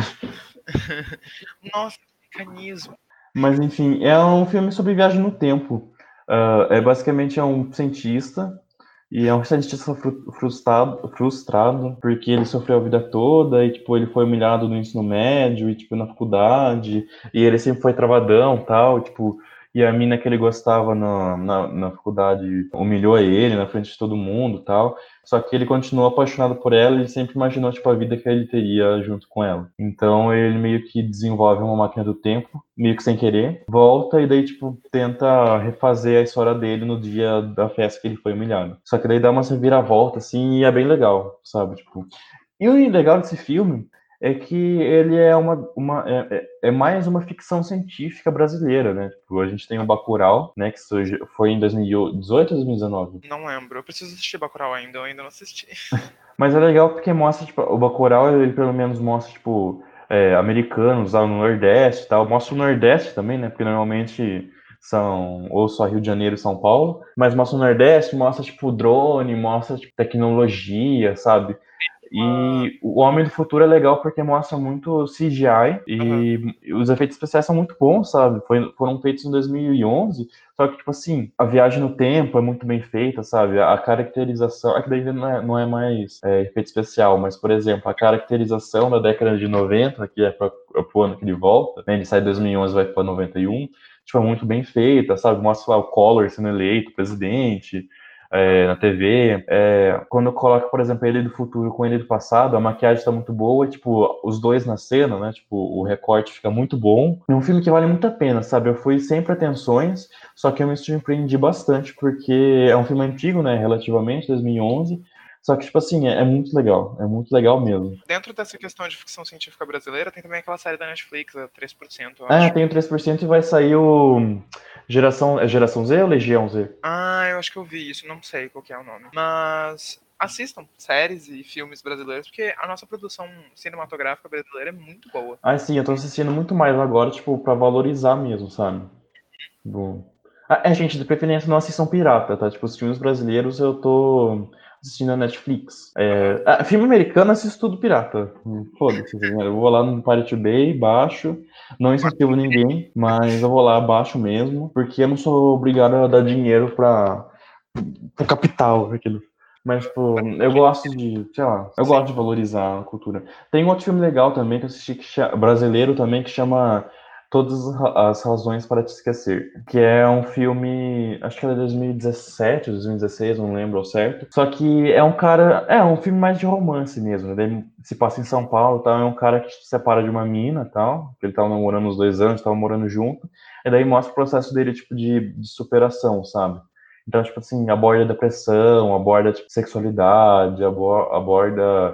Nossa, que mecanismo. Mas enfim, é um filme sobre viagem no tempo. Uh, é basicamente é um cientista, e é um cientista frustrado, frustrado, porque ele sofreu a vida toda, e tipo, ele foi humilhado no ensino médio, e tipo, na faculdade, e ele sempre foi travadão, tal, tipo, e a mina que ele gostava na, na, na faculdade humilhou ele na frente de todo mundo, tal, só que ele continuou apaixonado por ela e sempre imaginou, tipo, a vida que ele teria junto com ela. Então ele meio que desenvolve uma máquina do tempo, meio que sem querer, volta e daí, tipo, tenta refazer a história dele no dia da festa que ele foi humilhado. Só que daí dá uma reviravolta, assim, e é bem legal, sabe? Tipo, e o legal desse filme é que ele é uma, uma é, é mais uma ficção científica brasileira, né? Tipo, a gente tem o Bacurau, né? Que surgiu, foi em dois mil e dezoito ou dois mil e dezenove? Não lembro. Eu preciso assistir Bacurau ainda, eu ainda não assisti. Mas é legal porque mostra, tipo, o Bacurau, ele pelo menos mostra, tipo, é, americanos lá no Nordeste e tal. Mostra o Nordeste também, né? Porque normalmente são ou só Rio de Janeiro e São Paulo. Mas mostra o Nordeste, mostra, tipo, drone, mostra, tipo, tecnologia, sabe? E o Homem do Futuro é legal porque mostra muito C G I e uhum. Os efeitos especiais são muito bons, sabe? Foi, foram feitos em dois mil e onze, só que, tipo assim, a viagem no tempo é muito bem feita, sabe? A caracterização, é que daí não é, não é mais é, efeito especial, mas, por exemplo, a caracterização da década de noventa, que é para o ano que ele volta, né? Ele sai de dois mil e onze e vai para noventa e um, tipo, é muito bem feita, sabe? Mostra lá o Collor sendo eleito presidente, É, na T V, é, quando coloca, por exemplo, ele do futuro com ele do passado, a maquiagem tá muito boa, e, tipo, os dois na cena, né, tipo, o recorte fica muito bom. É um filme que vale muito a pena, sabe? Eu fui sem pretensões, só que eu me surpreendi bastante, porque é um filme antigo, né, relativamente, dois mil e onze, só que, tipo assim, é, é muito legal, é muito legal mesmo. Dentro dessa questão de ficção científica brasileira, tem também aquela série da Netflix, a três por cento, eu Ah, acho. tem o três por cento e vai sair o Geração, é Geração Z ou Legião Z? Ah, eu acho que eu vi isso, não sei qual que é o nome. Mas assistam séries e filmes brasileiros, porque a nossa produção cinematográfica brasileira é muito boa. Ah, sim, eu tô assistindo muito mais agora, tipo, pra valorizar mesmo, sabe? Bom. Ah, é, gente, de preferência não assistam pirata, tá? Tipo, os filmes brasileiros eu tô assistindo na Netflix. É... Ah, filme americano eu assisto tudo pirata. Foda-se, eu vou lá no Pirate Bay, baixo, não incentivo ninguém, mas eu vou lá, baixo mesmo, porque eu não sou obrigado a dar dinheiro pra pro capital, aquilo. Mas, tipo, eu gosto de, sei lá, eu gosto de valorizar a cultura. Tem um outro filme legal também que eu assisti, que chama, brasileiro também, que chama Todas as Razões para Te Esquecer, que é um filme, acho que é de dois mil e dezessete, dois mil e dezesseis, não lembro ao certo. Só que é um cara, é um filme mais de romance mesmo, né? Ele se passa em São Paulo, tal, é um cara que se separa de uma mina, tal, que ele tava namorando uns dois anos, tava morando junto, e daí mostra o processo dele, tipo, de, de superação, sabe? Então, tipo assim, aborda depressão, aborda tipo, sexualidade, aborda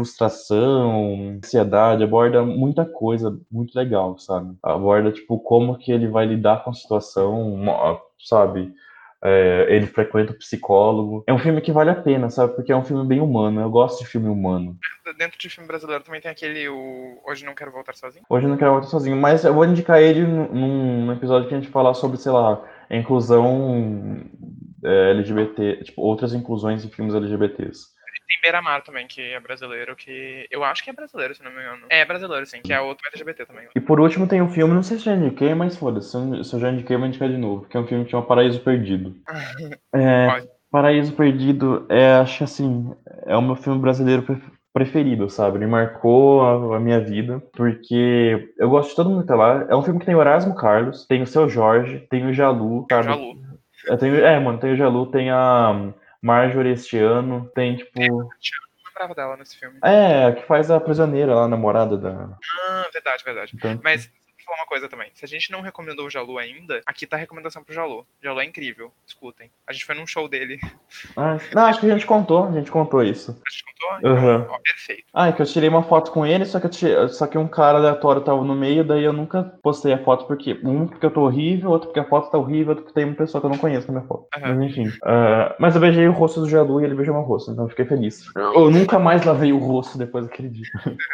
frustração, ansiedade, aborda muita coisa muito legal, sabe? Aborda, tipo, como que ele vai lidar com a situação, sabe? É, ele frequenta o psicólogo. É um filme que vale a pena, sabe? Porque é um filme bem humano. Eu gosto de filme humano. Dentro de filme brasileiro também tem aquele o Hoje Não Quero Voltar Sozinho. Hoje eu não quero voltar sozinho, mas eu vou indicar ele num, num episódio que a gente falar sobre, sei lá, a inclusão é, L G B T, tipo, outras inclusões em filmes L G B Ts. Tem Beira-Mar também, que é brasileiro, que eu acho que é brasileiro, se não me engano. É, brasileiro, sim, que é outro L G B T também. E por último tem um filme, não sei se já indiquei, mas foda-se, se eu já indiquei, eu vou indicar de novo, que é um filme que chama Paraíso Perdido. É, Paraíso Perdido é, acho assim, é o meu filme brasileiro preferido, sabe? Ele marcou a, a minha vida, porque eu gosto de todo mundo que tá lá. É um filme que tem o Erasmo Carlos, tem o Seu Jorge, tem o Jalu, sabe? Tem o Jalu. É, tem, é, mano, tem o Jalu, tem a Marjorie este ano, tem, tipo... lembrava dela nesse filme. É, que faz a prisioneira lá, a namorada da... Ah, verdade, verdade. Então, Mas, vou falar uma coisa também. Se a gente não recomendou o Jalu ainda, aqui tá a recomendação pro Jalu. Jalu é incrível, escutem. A gente foi num show dele. ah, não, acho que a gente contou, a gente contou isso. A gente contou? Então, Aham. ó, perfeito. Ah, é que eu tirei uma foto com ele, só que, eu tirei- só que um cara aleatório tava no meio, daí eu nunca postei a foto, porque um porque eu tô horrível, outro porque a foto tá horrível, outro porque tem uma pessoa que eu não conheço na minha foto. Aham. Mas enfim. Ah, mas eu beijei o rosto do Jalu e ele beijou meu rosto, então eu fiquei feliz. Eu nunca mais lavei o rosto depois daquele dia.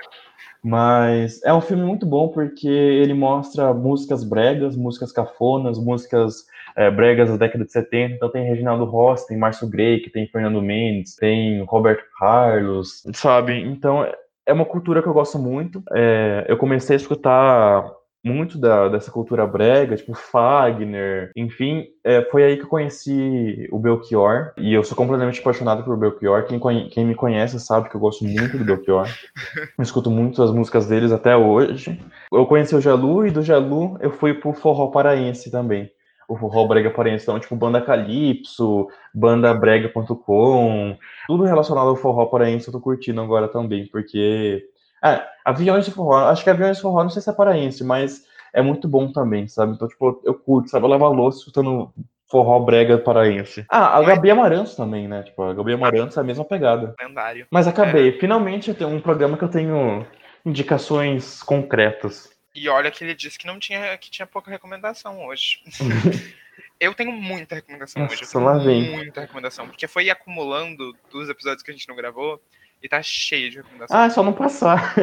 Mas é um filme muito bom porque ele mostra músicas bregas, músicas cafonas, músicas é, bregas da década de setenta. Então tem Reginaldo Rossi, tem Márcio Greik, tem Fernando Mendes, tem Roberto Carlos, sabe? Então é uma cultura que eu gosto muito. É, eu comecei a escutar muito da, dessa cultura brega, tipo Fagner, enfim, é, foi aí que eu conheci o Belchior, e eu sou completamente apaixonado por Belchior. Quem, conhe- quem me conhece sabe que eu gosto muito do Belchior. Eu escuto muito as músicas deles até hoje. Eu conheci o Jalu e do Jalu eu fui pro forró paraense também. O forró brega paraense, então, tipo, banda Calypso, banda brega ponto com, tudo relacionado ao forró paraense eu tô curtindo agora também, porque... Ah, Aviões de Forró, acho que Aviões de Forró, não sei se é paraense, mas é muito bom também, sabe? Então, tipo, eu curto, sabe? Eu levo a louça escutando forró brega paraense. Ah, a Mas, Gabi Amarantos também, né? Tipo, a Gabi Amarantos é a mesma pegada. lendário. Mas É, acabei. Finalmente eu tenho um programa que eu tenho indicações concretas. e olha que ele disse que não tinha, que tinha pouca recomendação hoje. Eu tenho muita recomendação hoje. Eu Nossa, tenho lá vem. muita recomendação. Porque foi acumulando dos episódios que a gente não gravou e tá cheio de recomendação. Ah, é só não passar.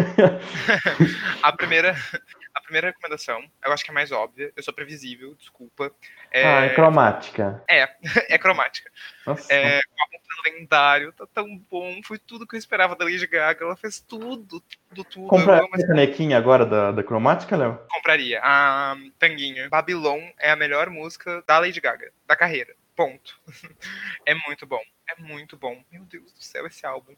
A primeira, a primeira recomendação, eu acho que é mais óbvia. Eu sou previsível, desculpa. Ah, é É, cromática. é, é cromática. Nossa. É, o álbum tá lendário, tá tão bom. Foi tudo que eu esperava da Lady Gaga. Ela fez tudo, tudo, tudo. Comprar Eu amo a essa canequinha agora da, da cromática, Léo? compraria. A Tanguinha. Babylon é a melhor música da Lady Gaga, da carreira. Ponto. É muito bom. É muito bom. Meu Deus do céu, esse álbum.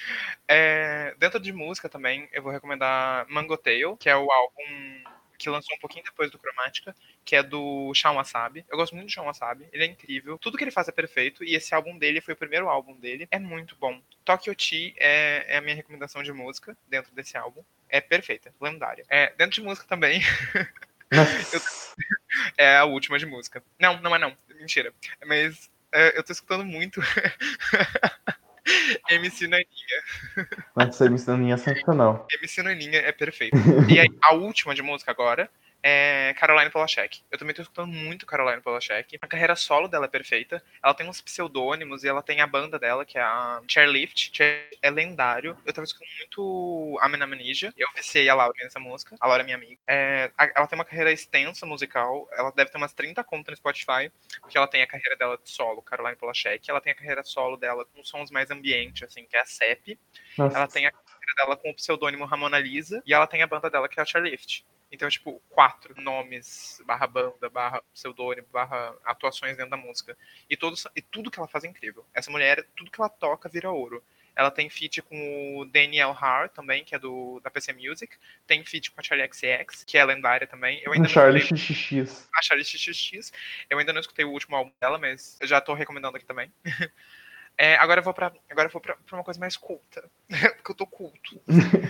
É, dentro de música também, eu vou recomendar Mango Tale, que é o álbum que lançou um pouquinho depois do Cromática, que é do Shawn Wasabi. Eu gosto muito do Shawn Wasabi, ele é incrível. Tudo que ele faz é perfeito, e esse álbum dele foi o primeiro álbum dele. É muito bom. Tokyo Tea é, é a minha recomendação de música dentro desse álbum. É perfeita, lendária. É, dentro de música também, Nossa. é a última de música. Não, não é não. Mentira. Mas é, eu tô escutando muito M C Naninha. Nossa, M C Naninha é sensacional. M C Naninha é perfeito. E aí, a última de música agora é Caroline Polachek. Eu também tô escutando muito Caroline Polachek. A carreira solo dela é perfeita. Ela tem uns pseudônimos e ela tem a banda dela, que é a Chairlift. Chair é lendário. Eu tava escutando muito Amen Amnesia. Eu viciei a Laura nessa música. A Laura é minha amiga. É, a- ela tem uma carreira extensa musical. Ela deve ter umas trinta contas no Spotify. Porque ela tem a carreira dela de solo, Caroline Polachek. Ela tem a carreira solo dela com sons mais ambiente, assim, que é a C E P. Nossa. Ela tem a carreira dela com o pseudônimo Ramona Lisa. E ela tem a banda dela, que é a Chairlift. Então, tipo, quatro nomes, barra banda, barra pseudônimo, barra atuações dentro da música. E, todos, e tudo que ela faz é incrível. Essa mulher, tudo que ela toca vira ouro. Ela tem feat com o Daniel Haar também, que é do, da P C Music. Tem feat com a Charlie X C X, que é lendária também. Eu ainda não Charlie escutei X X X. a Charlie X X X. Eu ainda não escutei o último álbum dela, mas eu já tô recomendando aqui também. É, agora eu vou pra, agora eu vou pra, pra uma coisa mais culta. Porque eu tô culto.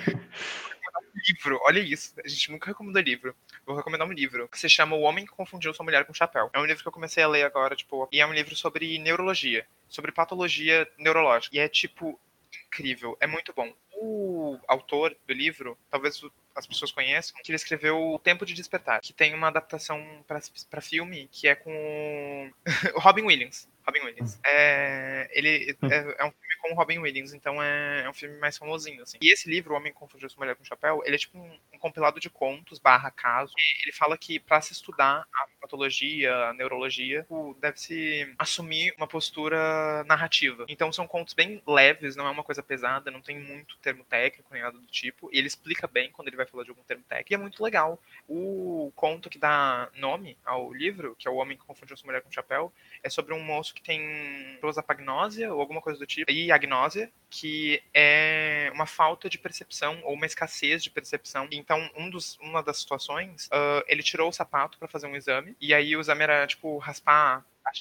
Livro, olha isso. A gente nunca recomendou livro. Vou recomendar um livro que se chama O Homem que Confundiu Sua Mulher com Chapéu. É um livro que eu comecei a ler agora, tipo, e é um livro sobre neurologia, sobre patologia neurológica. E é, tipo, incrível, é muito bom. O autor do livro, talvez as pessoas conheçam, que ele escreveu O Tempo de Despertar, que tem uma adaptação pra, pra filme, que é com o Robin Williams. Robin Williams. É, ele é, é um filme com o Robin Williams, então é, é um filme mais famosinho, assim. E esse livro, O Homem que Confundiu Sua Mulher com Chapéu, ele é tipo um, um compilado de contos barra casos. Ele fala que pra se estudar a patologia, a neurologia, deve-se assumir uma postura narrativa. Então são contos bem leves, não é uma coisa pesada, não tem muito termo técnico nem nada do tipo. E ele explica bem quando ele vai falar de algum termo técnico. E é muito legal. O conto que dá nome ao livro, que é O Homem que Confundiu Sua Mulher com Chapéu, é sobre um moço que tem prosapagnósia ou alguma coisa do tipo, e agnósia, que é uma falta de percepção ou uma escassez de percepção. Então, um dos, uma das situações, uh, ele tirou o sapato para fazer um exame, e aí o exame era, tipo, raspar a chave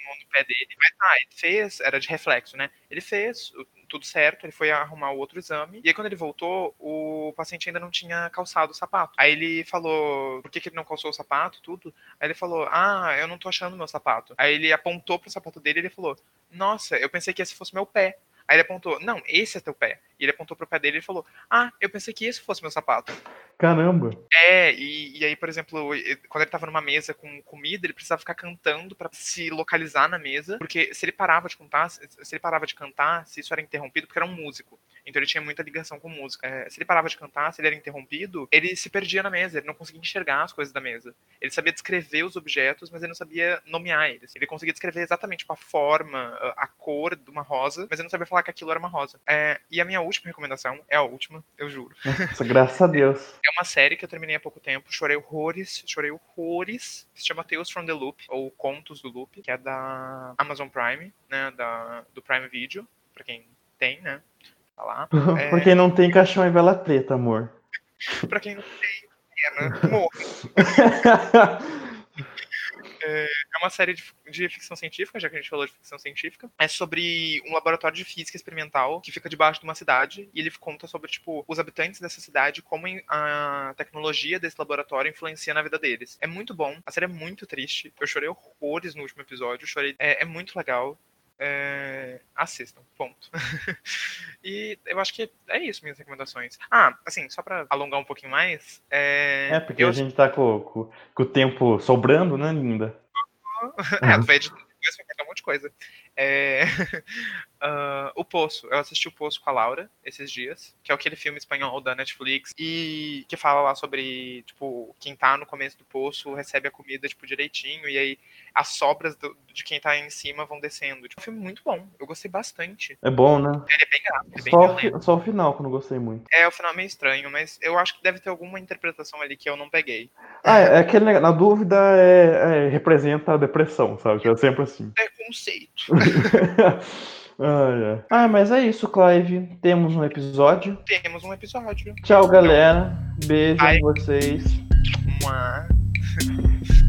no pé dele, mas ah, ele fez, era de reflexo, né? Ele fez tudo certo, ele foi arrumar o outro exame, e aí quando ele voltou, o paciente ainda não tinha calçado o sapato. Aí ele falou, por que, que ele não calçou o sapato, tudo? Aí ele falou, ah, eu não tô achando meu sapato. Aí ele apontou pro sapato dele e ele falou, nossa, eu pensei que esse fosse meu pé. Aí ele apontou, não, esse é teu pé. E ele apontou pro pé dele e falou, ah, eu pensei que esse fosse meu sapato. Caramba! É, e, e aí, por exemplo, quando ele tava numa mesa com comida, ele precisava ficar cantando pra se localizar na mesa, porque se ele parava de cantar, se ele parava de cantar, se isso era interrompido, porque era um músico, então ele tinha muita ligação com música. É, se ele parava de cantar, se ele era interrompido, ele se perdia na mesa, ele não conseguia enxergar as coisas da mesa. Ele sabia descrever os objetos, mas ele não sabia nomear eles. Ele conseguia descrever exatamente tipo, a forma, a cor de uma rosa, mas ele não sabia falar que aquilo era uma rosa. É, e a minha última recomendação, é a última, eu juro. Nossa, graças a Deus. É uma série que eu terminei há pouco tempo, chorei horrores, chorei horrores, se chama Tales from the Loop, ou Contos do Loop, que é da Amazon Prime, né, da, do Prime Video, pra quem tem, né, tá lá. É... Pra quem não tem caixão e vela preta, amor. Pra quem não tem, é, né, morre. É uma série de, de ficção científica, já que a gente falou de ficção científica. É sobre um laboratório de física experimental que fica debaixo de uma cidade, e ele conta sobre, tipo, os habitantes dessa cidade, como a tecnologia desse laboratório influencia na vida deles. É muito bom, a série é muito triste, eu chorei horrores no último episódio, chorei, é, é muito legal. É... assistam, ponto. E eu acho que é isso, minhas recomendações. Ah, assim, só pra alongar um pouquinho mais. É, é porque eu... a gente tá com, com, com o tempo sobrando, né, linda? É, tu vai editar depois, vai cortar um monte de coisa. É... uh, o Poço, eu assisti o Poço com a Laura esses dias, que é aquele filme espanhol da Netflix, e que fala lá sobre, tipo, quem tá no começo do poço recebe a comida, tipo, direitinho, e aí as sobras do, de quem tá em cima vão descendo. Tipo, é um filme muito bom, eu gostei bastante. É bom, né? Ele é bem rápido, é bem só, o violento. fi, só o final que eu não gostei muito. É, o final é meio estranho, mas eu acho que deve ter alguma interpretação ali que eu não peguei. Ah, é, é aquele negócio, na dúvida é, é, representa a depressão, sabe? É sempre assim. É conceito. ah, é. ah, mas é isso, Clive. Temos um episódio. Temos um episódio. Tchau, galera. Beijo Bye. em vocês. Uma...